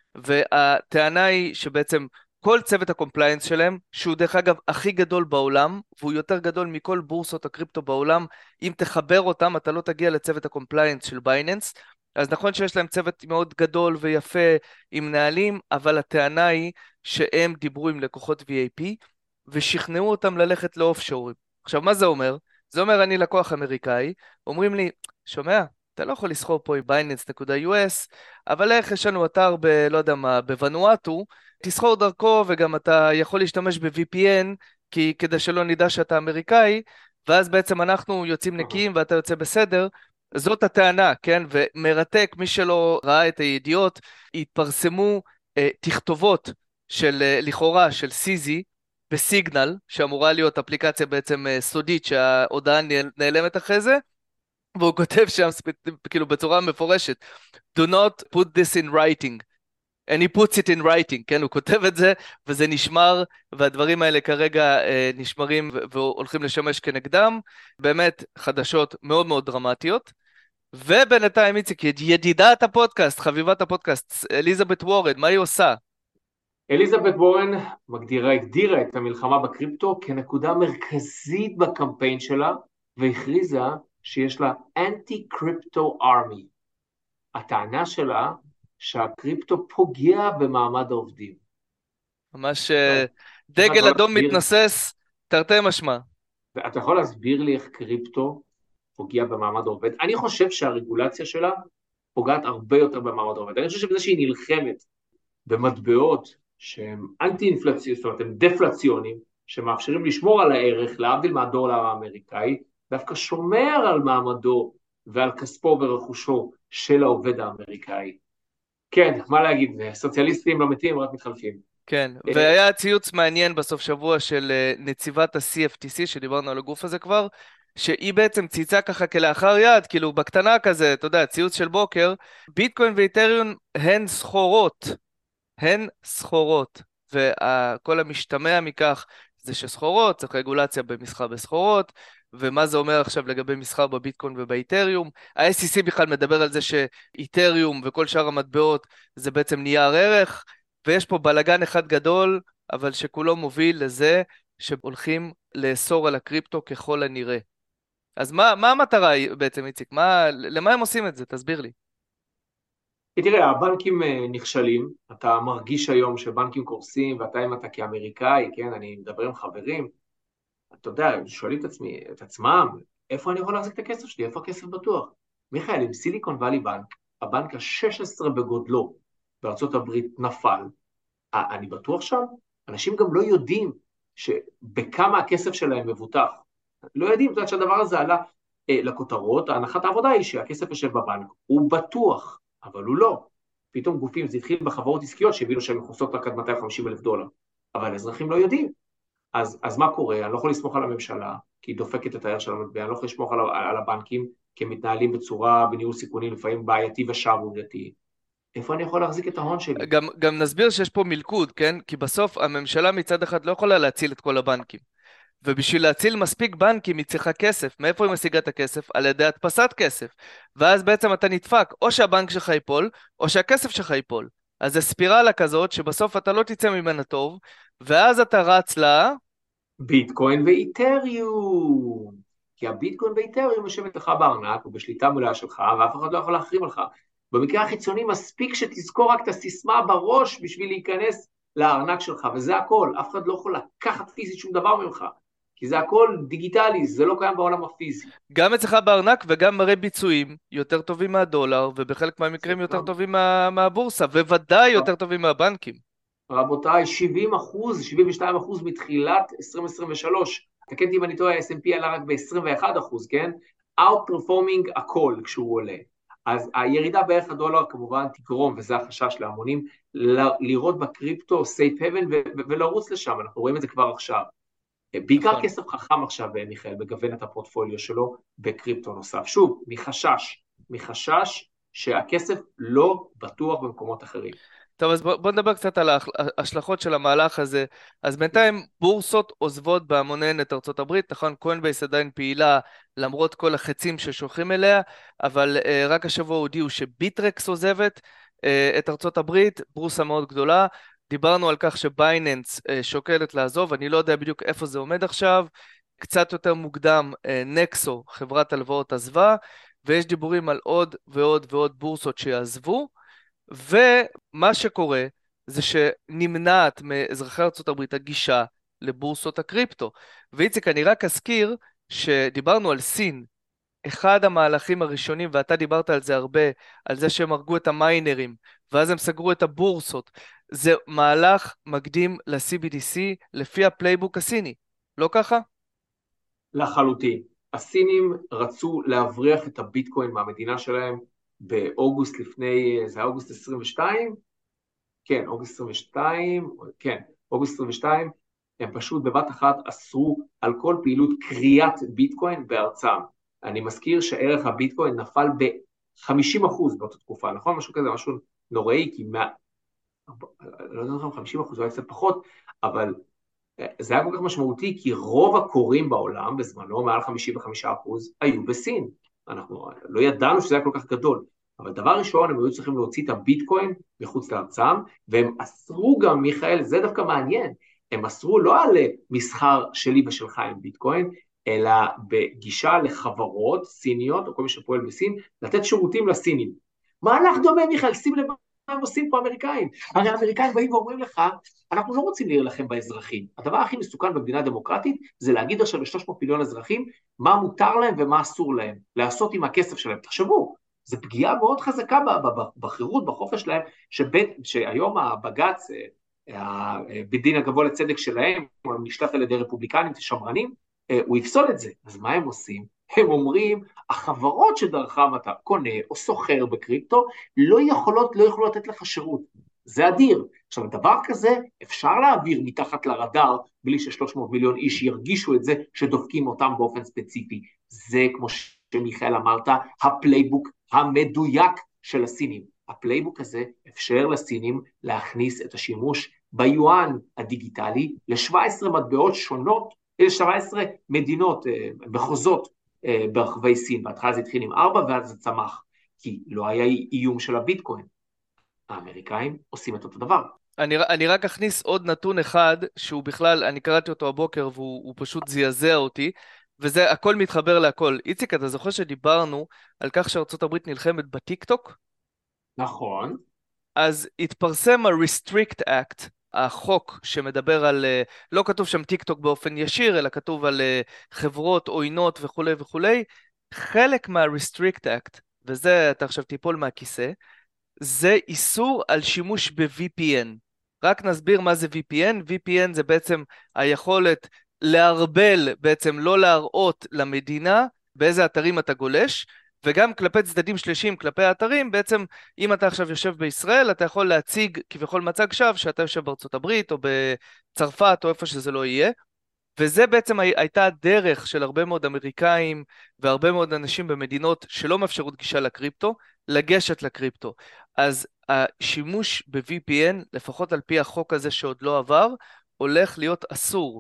והטענה היא שבעצם כל צוות הקומפליינס שלהם, שהוא דרך אגב הכי גדול בעולם, והוא יותר גדול מכל בורסות הקריפטו בעולם, אם תחבר אותם אתה לא תגיע לצוות הקומפליינס של בייננס, אז נכון שיש להם צוות מאוד גדול ויפה עם נהלים, אבל הטענה היא שהם דיברו עם לקוחות VIP, ושכנעו אותם ללכת לאופשורים. עכשיו מה זה אומר? זה אומר אני לקוח אמריקאי, אומרים לי, שומע? אתה לא יכול לסחור פה עם binance.us, אבל איך יש לנו אתר לא יודע מה, בוונואטו, תסחור דרכו וגם אתה יכול להשתמש ב-VPN, כדי שלא נדע שאתה אמריקאי, ואז בעצם אנחנו יוצאים נקיים ואתה יוצא בסדר. זאת הטענה, כן? ומרתק, מי שלא ראה את הידיעות, התפרסמו תכתובות של לכאורה של סיזי, בסיגנל, שאמורה להיות אפליקציה בעצם סודית שההודעה נעלמת אחרי זה, והוא כותב שם כאילו בצורה מפורשת, do not put this in writing, and he puts it in writing, כן, הוא כותב את זה, וזה נשמר, והדברים האלה כרגע נשמרים והולכים לשמש כנגדם, באמת חדשות מאוד מאוד דרמטיות, ובינתיים איציק, ידידת הפודקאסט, חביבת הפודקאסט, אליזבת וורן, מה היא עושה? אליזבת וורן הגדירה את המלחמה בקריפטו כנקודה מרכזית בקמפיין שלה, והכריזה שיש לה אנטי-קריפטו ארמי. הטענה שלה שהקריפטו פוגע במעמד העובדים. ממש דגל אדום מתנוסס, תרתי משמע. ואתה יכול להסביר לי איך קריפטו פוגע במעמד העובד? אני חושב שהרגולציה שלה פוגעת הרבה יותר במעמד העובד. אני חושב שבזה שהיא נלחמת במטבעות שהם אנטי-אינפלציוניים, זאת אומרת, הם דפלציוניים, שמאפשרים לשמור על הערך, להבדיל מהדולר האמריקאי, דווקא שומר על מעמדו ועל כספו ורכושו של העובד האמריקאי. כן, מה להגיד, סוציאליסטים לא מתים, רק מתחלפים. כן, והיה ציוץ מעניין בסוף שבוע של נציבת ה-CFTC, שדיברנו על הגוף הזה כבר, שהיא בעצם צייצה ככה כלאחר יד, כאילו בקטנה כזה, אתה יודע, ציוץ של בוקר, ביטקוין ואיתריום הן סחורות, וכל המשתמע מכך זה שסחורות, צריך רגולציה במסחר בסחורות, ומה זה אומר עכשיו לגבי מסחר בביטקוין ובאיתריום. ה-SEC בכלל מדבר על זה שאיתריום וכל שאר המטבעות זה בעצם נייר ערך, ויש פה בלגן אחד גדול, אבל שכולו מוביל לזה שהולכים לאסור על הקריפטו ככל הנראה. אז מה המטרה בעצם, איציק? למה הם עושים את זה? תסביר לי. תראה, הבנקים נכשלים, אתה מרגיש היום שבנקים קורסים, ואתה אם אתה כאמריקאי, כן, אני מדבר עם חברים, אתה יודע, שואלים את עצמם, איפה אני יכול להחזיק את הכסף שלי? איפה הכסף בטוח? מיכאל, עם סיליקון ואלי בנק, הבנק ה-16 בגודלו בארצות הברית נפל, אני בטוח שם? אנשים גם לא יודעים בכמה הכסף שלהם מבוטח. לא יודעים, אתה יודע שהדבר הזה עלה לכותרות, ההנחת העבודה היא שהכסף יושב בבנק, הוא בטוח, אבל הוא לא. פתאום גופים, זה התחיל בחברות עסקיות שהבינו שהן מכוסות רק עד $250,000, אבל אזרחים לא יודעים. אז מה קורה? אני לא יכול לסמוך על הממשלה, כי היא דופקת את הערך של המטבע, אני לא יכול לסמוך על הבנקים, כי הם מתנהלים בניהול סיכונים, לפעמים בעייתי ושערורייתי. איפה אני יכול להחזיק את ההון שלי? גם נסביר שיש פה מלכוד, כן? כי בסוף הממשלה מצד אחד לא יכולה להציל את כל הבנקים. ובשביל להציל מספיק בנקים היא צריכה כסף. מאיפה היא משיגה את הכסף? על ידי הדפסת כסף. ואז בעצם אתה נדפק, או שהבנק שלך ייפול, או שהכסף שלך ייפול. אז זה ספירלה כזאת, שבסוף אתה לא תצא ממנה טוב, ואז אתה רץ ביטקוין ואיתריום. כי הביטקוין ואיתריום יושבת לך בארנק, הוא בשליטה מלאה שלך, ואף אחד לא יכול להחרים לך. במקרה החיצוני מספיק שתזכור רק את הסיסמה בראש בשביל להיכנס לארנק שלך, וזה הכל. אף אחד לא יכול לקחת פיזית שום דבר ממך, כי זה הכל דיגיטלי, זה לא קיים בעולם הפיזי. גם אצלך בארנק וגם מראה ביצועים יותר טובים מהדולר, ובחלק מהמקרים יותר טובים מהבורסה, וודאי יותר טובים מהבנקים. רבותיי, 70%, 72% מתחילת 2023. תקן אותי אם אני טועה, ה-S&P עלה רק ב-21%, כן? Outperforming הכל כשהוא עולה. אז הירידה בערך הדולר כמובן תגרום, וזה החשש להמונים, לראות בקריפטו safe haven ולרוץ לשם, אנחנו רואים את זה כבר עכשיו. בעיקר נכון. כסף חכם עכשיו, מיכאל, מגוון את הפורטפוליו שלו בקריפטו נוסף. שוב, מחשש שהכסף לא בטוח במקומות אחרים. טוב, אז בוא נדבר קצת על ההשלכות של המהלך הזה. אז בינתיים בורסות עוזבות בהמוניהן את ארצות הברית, נכון? קוינבייס עדיין פעילה למרות כל החצים ששולחים אליה, אבל רק השבוע הודיעו שביטרקס עוזבת את ארצות הברית, בורסה מאוד גדולה. דיברנו על כך שבייננס שוקלת לעזוב, אני לא יודע בדיוק איפה זה עומד עכשיו. קצת יותר מוקדם נקסו, חברת הלוואות, עזבה, ויש דיבורים על עוד ועוד ועוד בורסות שיעזבו. ומה שקורה זה שנמנעת מאזרחי ארצות הברית הגישה לבורסות הקריפטו. ואיציק, אני רק אזכיר שדיברנו על סין, אחד המהלכים הראשונים, ואתה דיברת על זה הרבה, על זה שהם הרגו את המיינרים, ואז הם סגרו את הבורסות. זה מהלך מקדים ל-CBDC לפי הפלייבוק הסיני, לא ככה? לחלוטין. הסינים רצו להבריח את הביטקוין מהמדינה שלהם באוגוסט לפני, זה אוגוסט 22? כן, אוגוסט 22, כן, אוגוסט 22, הם פשוט בבת אחת אסרו על כל פעילות קריאת ביטקוין בארצם. אני מזכיר שערך הביטקוין נפל ב-50% באותה תקופה, נכון? משהו כזה, משהו נוראי, כי לא יודע, 50%, זה היה קצת פחות, אבל זה היה כל כך משמעותי, כי רוב הקוראים בעולם, בזמנו, מעל 55%, היו בסין. אנחנו לא ידענו שזה היה כל כך גדול, אבל דבר ראשון, הם היו צריכים להוציא את הביטקוין מחוץ לארצם, והם אסרו גם, מיכאל, זה דווקא מעניין, הם אסרו לא על מסחר שלי ושלך עם ביטקוין, אלא בגישה לחברות סיניות, או כל מי שפועל בסין, לתת שירותים לסינים. מהלך דומה, מיכאל, שים לב מה הם עושים פה האמריקאים. הרי האמריקאים באים ואומרים לך, אנחנו לא רוצים להילחם באזרחים. הדבר הכי מסוכן במדינה דמוקרטית, זה להגיד עכשיו ל-300 מיליון אזרחים, מה מותר להם ומה אסור להם, לעשות עם הכסף שלהם. תחשבו, זו פגיעה מאוד חזקה בחירות, בחופש שלהם, שהיום הבג"ץ, בדין הגבוה לצדק שלהם, הוא נשלט על ידי רפובליקנים שמרנים, הוא יפסול את זה. אז מה הם עושים? הם אומרים, החברות שדרכם אתה קונה או סוחר בקריפטו, לא יכולות לתת לך שירות. זה אדיר. עכשיו, דבר כזה אפשר להעביר מתחת לרדאר, בלי ש300 מיליון איש ירגישו את זה, שדופקים אותם באופן ספציפי. זה, כמו שמיכאל אמרת, הפלייבוק המדויק של הסינים. הפלייבוק הזה אפשר לסינים להכניס את השימוש ביואן הדיגיטלי ל-17 מטבעות שונות, 17 מדינות, מחוזות ברחבי סין. בהתחלה זה התחיל עם 4 ואז זה צמח, כי לא היה איום של הביטקוין. האמריקאים עושים את אותו דבר. אני רק אכניס עוד נתון אחד, שהוא בכלל, אני קראתי אותו הבוקר, והוא פשוט זעזע אותי, וזה הכל מתחבר להכל. איציק, אתה זוכר שדיברנו על כך שארצות הברית נלחמת בטיק-טוק? נכון. אז התפרסם ה-Restrict Act, החוק שמדבר על, לא כתוב שם טיק-טוק באופן ישיר, אלא כתוב על חברות, עוינות וכו' וכו'. חלק מה-Restrict Act, וזה אתה עכשיו תיפול מהכיסא, זה איסור על שימוש ב-VPN. רק נסביר מה זה VPN. VPN זה בעצם היכולת להרבל, בעצם לא להראות למדינה באיזה אתרים אתה גולש, וגם כלפי צדדים שלישיים, כלפי האתרים, בעצם אם אתה עכשיו יושב בישראל, אתה יכול להציג כביכול מצג שווא שאתה יושב בארצות הברית או בצרפת או איפה שזה לא יהיה, וזה בעצם הייתה הדרך של הרבה מאוד אמריקאים והרבה מאוד אנשים במדינות שלא מאפשרות גישה לקריפטו, לגשת לקריפטו. אז השימוש ב-VPN, לפחות על פי החוק הזה שעוד לא עבר, הולך להיות אסור.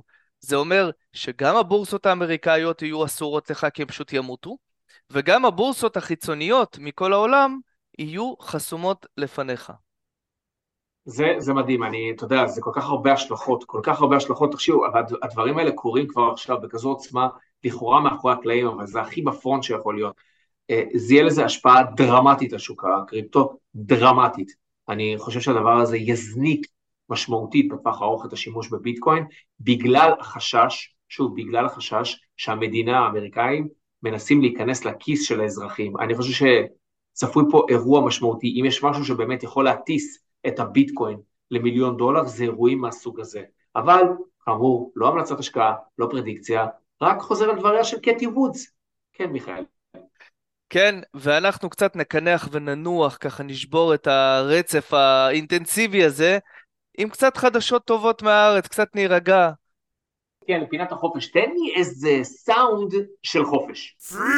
זה אומר שגם הבורסות האמריקאיות יהיו אסורות לך כי הם פשוט ימותו, וגם הבורסות החיצוניות מכל העולם יהיו חסומות לפניך. זה מדהים, אתה יודע, זה כל כך הרבה השלכות, כל כך הרבה השלכות, תחשבו, אבל הדברים האלה קורים כבר עכשיו בכזו עוצמה, לכאורה מאחורי הקלעים, אבל זה הכי בפרונט שיכול להיות. זה יהיה לזה השפעה דרמטית על שוק הקריפטו, דרמטית. אני חושב שהדבר הזה יזניק משמעותית בטווח הארוך את השימוש בביטקוין, בגלל החשש, שוב, בגלל החשש שהמדינה האמריקאים מנסים להיכנס לכיס של האזרחים. אני חושב שצפוי פה אירוע משמעותי, אם יש משהו שבאמת יכול להטיס את הביטקוין ל1,000,000 דולר, זה אירועים מהסוג הזה. אבל, כאמור, לא המלצת השקעה, לא פרדיקציה, רק חוזר על דבריה של קטי וודס. כן, מיכאל. כן, ואנחנו קצת נקנח וננוח, ככה נשבור את הרצף האינטנסיבי הזה, עם קצת חדשות טובות מהארץ, קצת נירגע. כן, פינת החופש, תן לי איזה סאונד של חופש.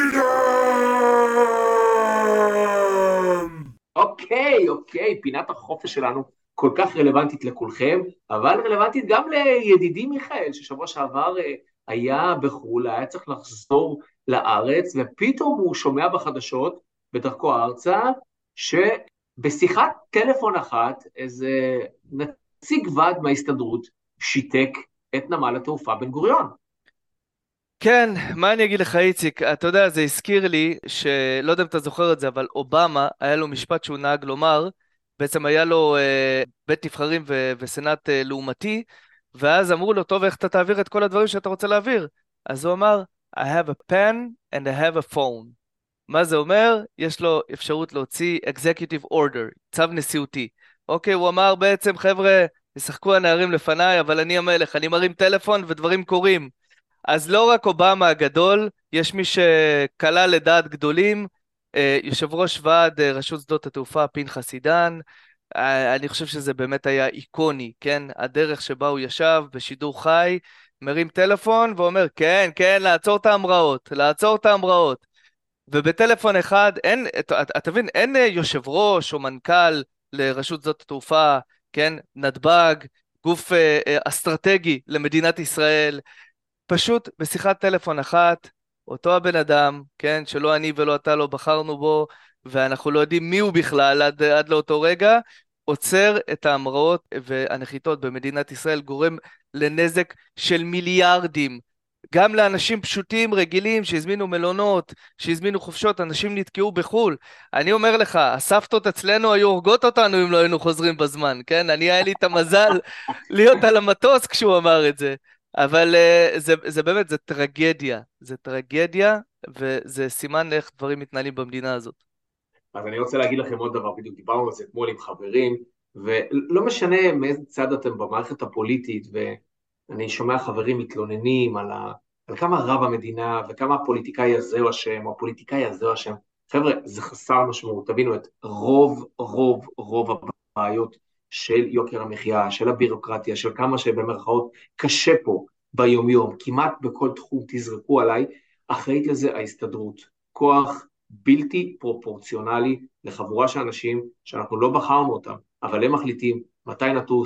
אוקיי, פינת החופש שלנו כל כך רלוונטית לכולכם, אבל רלוונטית גם לידידי מיכאל, ששבוע שעבר היה בחו"ל, היה צריך לחזור לארץ, ופתאום הוא שומע בחדשות, בדרכו הארצה, שבשיחת טלפון אחת, איזה נציג ועד מההסתדרות שיתק את נמל התעופה בן גוריון. כן, מה אני אגיד לך איציק, אתה יודע, זה הזכיר לי, שלא יודע אם אתה זוכר את זה, אבל אובמה, היה לו משפט שהוא נהג לומר, בעצם היה לו בית נבחרים וסנאט לעומתי, ואז אמרו לו, טוב, איך אתה תעביר את כל הדברים שאתה רוצה להעביר? אז הוא אמר, I have a pen and I have a phone. מה זה אומר? יש לו אפשרות להוציא executive order, צו נשיאותי. אוקיי, הוא אמר בעצם, חבר'ה, ישחקו הנערים לפניי, אבל אני המלך, אני מרים טלפון ודברים קורים. אז לא רק אובמה הגדול, יש מי שקלה לדעת גדולים, יושב ראש ועד רשות שדות התעופה פנחס עידן, אני חושב שזה באמת היה איקוני, כן? הדרך שבה הוא ישב בשידור חי, מרים טלפון ואומר, כן, כן, לעצור את ההמראות, לעצור את ההמראות. ובטלפון אחד, אתה מבין, אין יושב ראש או מנכ"ל לרשות שדות התעופה, כן? נתב"ג, גוף אסטרטגי למדינת ישראל, פשוט בשיחת טלפון אחת, אותו הבן אדם, כן, שלא אני ולא אתה לא בחרנו בו, ואנחנו לא יודעים מי הוא בכלל עד לאותו רגע, עוצר את ההמראות והנחיתות במדינת ישראל, גורם לנזק של מיליארדים. גם לאנשים פשוטים, רגילים, שהזמינו מלונות, שהזמינו חופשות, אנשים נתקעו בחול. אני אומר לך, הסבתות אצלנו היו הורגות אותנו אם לא היינו חוזרים בזמן, כן? היה לי את המזל להיות על המטוס כשהוא אמר את זה. אבל זה באמת, זה טרגדיה, וזה סימן איך דברים מתנהלים במדינה הזאת. אז אני רוצה להגיד לכם עוד דבר, בדיוק דיברנו על זה אתמול עם חברים, ולא משנה מאיזה צד אתם במערכת הפוליטית, ואני שומע חברים מתלוננים על כמה רב המדינה, וכמה הפוליטיקאי הזה הוא אשם, או הפוליטיקאי הזה הוא אשם. חבר'ה, זה חסר משמעות, תבינו את רוב הבעיות של יוקר המחיה, של הבירוקרטיה, של כמה שבמרכאות קשה פה ביומיום, כמעט בכל תחום תזרקו עליי, אחראית לזה ההסתדרות, כוח בלתי פרופורציונלי לחבורה של אנשים שאנחנו לא בחרנו אותם, אבל הם מחליטים מתי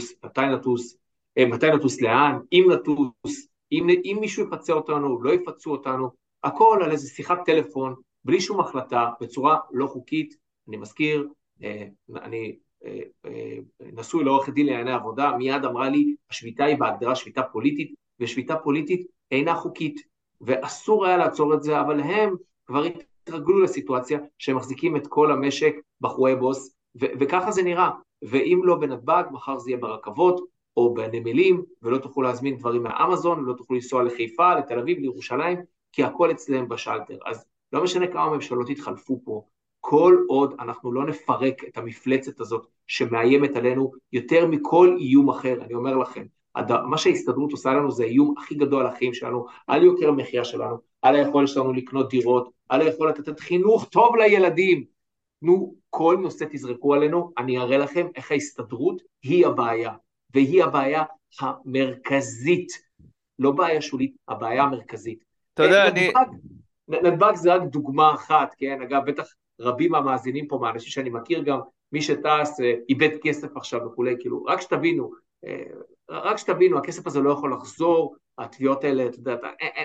נטוס לאן, אם נטוס, אם מישהו יפצה אותנו, לא יפצו אותנו, הכל על איזה שיחת טלפון, בלי שום החלטה, בצורה לא חוקית. אני מזכיר, אני נשוי לעורכת דין לענייני עבודה, מיד אמרה לי, השביתה היא בהגדרה שביתה פוליטית, ושביתה פוליטית אינה חוקית, ואסור היה לעצור את זה, אבל הם כבר התרגלו לסיטואציה שהם מחזיקים את כל המשק בחורי בוס, וככה זה נראה. ואם לא בנתב"ג, מחר זה יהיה ברכבות או בנמלים, ולא תוכלו להזמין דברים מהאמזון, ולא תוכלו לנסוע לחיפה, לתל אביב, לירושלים, כי הכל אצלם בשלטר. אז לא משנה כמה ממשלות התחלפו פה, כל עוד אנחנו לא נפרק את המפלצת הזאת שמאיימת עלינו יותר מכל איום אחר, אני אומר לכם, מה שההסתדרות עושה לנו זה האיום הכי גדול על החיים שלנו, על יוקר המחיה שלנו, על היכולת שלנו לקנות דירות, על היכולת לתת חינוך טוב לילדים. תנו כל נושא תזרקו עלינו, אני אראה לכם איך ההסתדרות היא הבעיה, והיא הבעיה המרכזית, לא בעיה שולית, הבעיה המרכזית. אתה יודע, נתב"ג זה רק דוגמה אחת, כן? אגב, בטח רבים מהמאזינים פה, מהאנשים שאני מכיר גם, מי שטס, איבד כסף עכשיו וכולי, כאילו, רק שתבינו, הכסף הזה לא יכול לחזור, התביעות האלה, אתה יודע,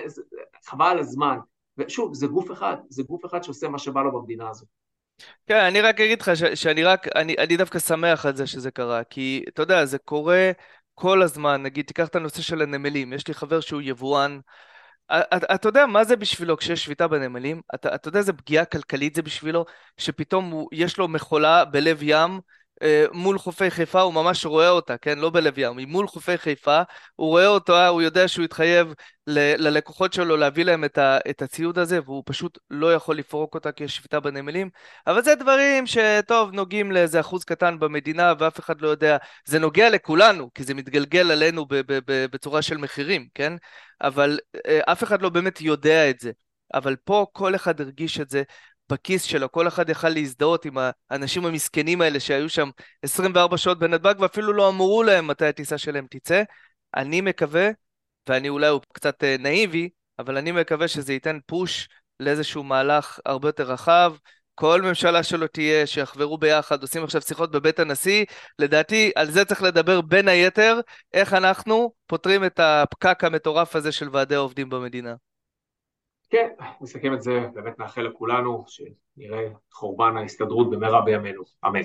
חבל על הזמן. ושוב, זה גוף אחד שעושה מה שבא לו במדינה הזאת. כן, אני רק אגיד לך שאני רק, אני דווקא שמח על זה שזה קרה, כי אתה יודע, זה קורה כל הזמן. נגיד, תיקח את הנושא של הנמלים, יש לי חבר שהוא יבואן. אתה יודע מה זה בשבילו כשיש שביתה בנמלים? אתה יודע איזה פגיעה כלכלית זה בשבילו? שפתאום יש לו מכולה בלב ים, מול חופי חיפה, הוא ממש רואה אותה, כן? לא בלב ים, היא מול חופי חיפה, הוא רואה אותה, הוא יודע שהוא התחייב ללקוחות שלו להביא להם את הציוד הזה, והוא פשוט לא יכול לפרוק אותה כי יש שביתה בנמלים. אבל זה דברים שטוב, נוגעים לאיזה אחוז קטן במדינה, ואף אחד לא יודע. זה נוגע לכולנו, כי זה מתגלגל עלינו בצורה של מחירים, כן? אבל אף אחד לא באמת יודע את זה. אבל פה כל אחד הרגיש את זה בכיס שלו, כל אחד יכל להזדהות עם האנשים המסכנים האלה שהיו שם 24 שעות בנתב"ג, ואפילו לא אמרו להם מתי הטיסה שלהם תצא. אני מקווה, ואני אולי הוא קצת נאיבי, אבל אני מקווה שזה ייתן פוש לאיזשהו מהלך הרבה יותר רחב. כל ממשלה שלו תהיה, שיחברו ביחד, עושים עכשיו שיחות בבית הנשיא. לדעתי, על זה צריך לדבר בין היתר, איך אנחנו פותרים את הפקק המטורף הזה של ועדי העובדים במדינה. כן, נסכם את זה, באמת נאחל לכולנו שנראה חורבן ההסתדרות במהרה בימינו, אמן.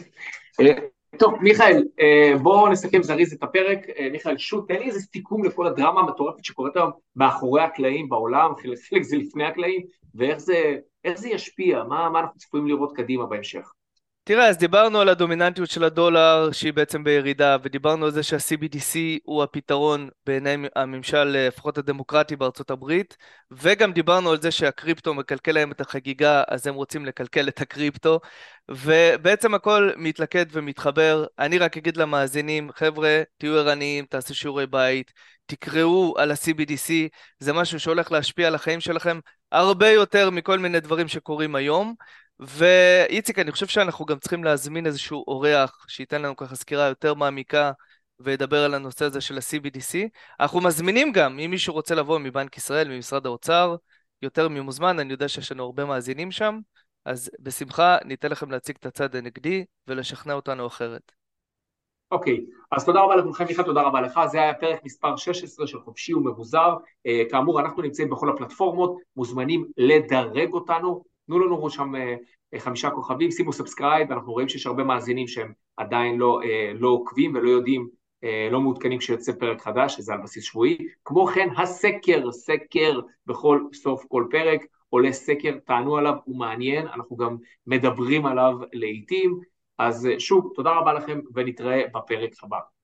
טוב, מיכאל, בואו נסכם זריז את הפרק. מיכאל, שוט, תן לי איזה סיכום לכל הדרמה המטורפת שקורית היום מאחורי הקלעים בעולם, חלק זה לפני הקלעים, ואיך זה ישפיע, מה אנחנו צפויים לראות קדימה בהמשך. תראה, אז דיברנו על הדומיננטיות של הדולר שהיא בעצם בירידה, ודיברנו על זה שה-CBDC הוא הפתרון בעיני הממשל, לפחות הדמוקרטי בארצות הברית, וגם דיברנו על זה שהקריפטו מקלקל להם את החגיגה, אז הם רוצים לקלקל את הקריפטו, ובעצם הכל מתלכד ומתחבר. אני רק אגיד למאזינים, חבר'ה, תהיו ערניים, תעשו שיעורי בית, תקראו על ה-CBDC, זה משהו שהולך להשפיע על החיים שלכם הרבה יותר מכל מיני דברים שקורים היום. ואיציק, אני חושב שאנחנו גם צריכים להזמין איזשהו אורח שייתן לנו ככה סקירה יותר מעמיקה וידבר על הנושא הזה של ה-CBDC. אנחנו מזמינים גם, אם מישהו רוצה לבוא מבנק ישראל, ממשרד האוצר, יותר ממוזמן, אני יודע שיש לנו הרבה מאזינים שם, אז בשמחה ניתן לכם להציג את הצד הנגדי ולשכנע אותנו אחרת. אוקיי, אז תודה רבה לכולכם, מיכאל, תודה רבה לך, זה היה פרק מספר 16 של חופשי ומבוזר. כאמור, אנחנו נמצאים בכל הפלטפורמות, מוזמנים לדרג אותנו, תנו לנו שם 5 כוכבים, שימו סאבסקרייב, אנחנו רואים שיש הרבה מאזינים שהם עדיין לא עוקבים ולא יודעים, לא מעודכנים שיוצא פרק חדש, שזה על בסיס שבועי. כמו כן, סקר בכל סוף כל פרק, עולה סקר, תענו עליו, הוא מעניין, אנחנו גם מדברים עליו לעתים, אז שוב, תודה רבה לכם ונתראה בפרק הבא.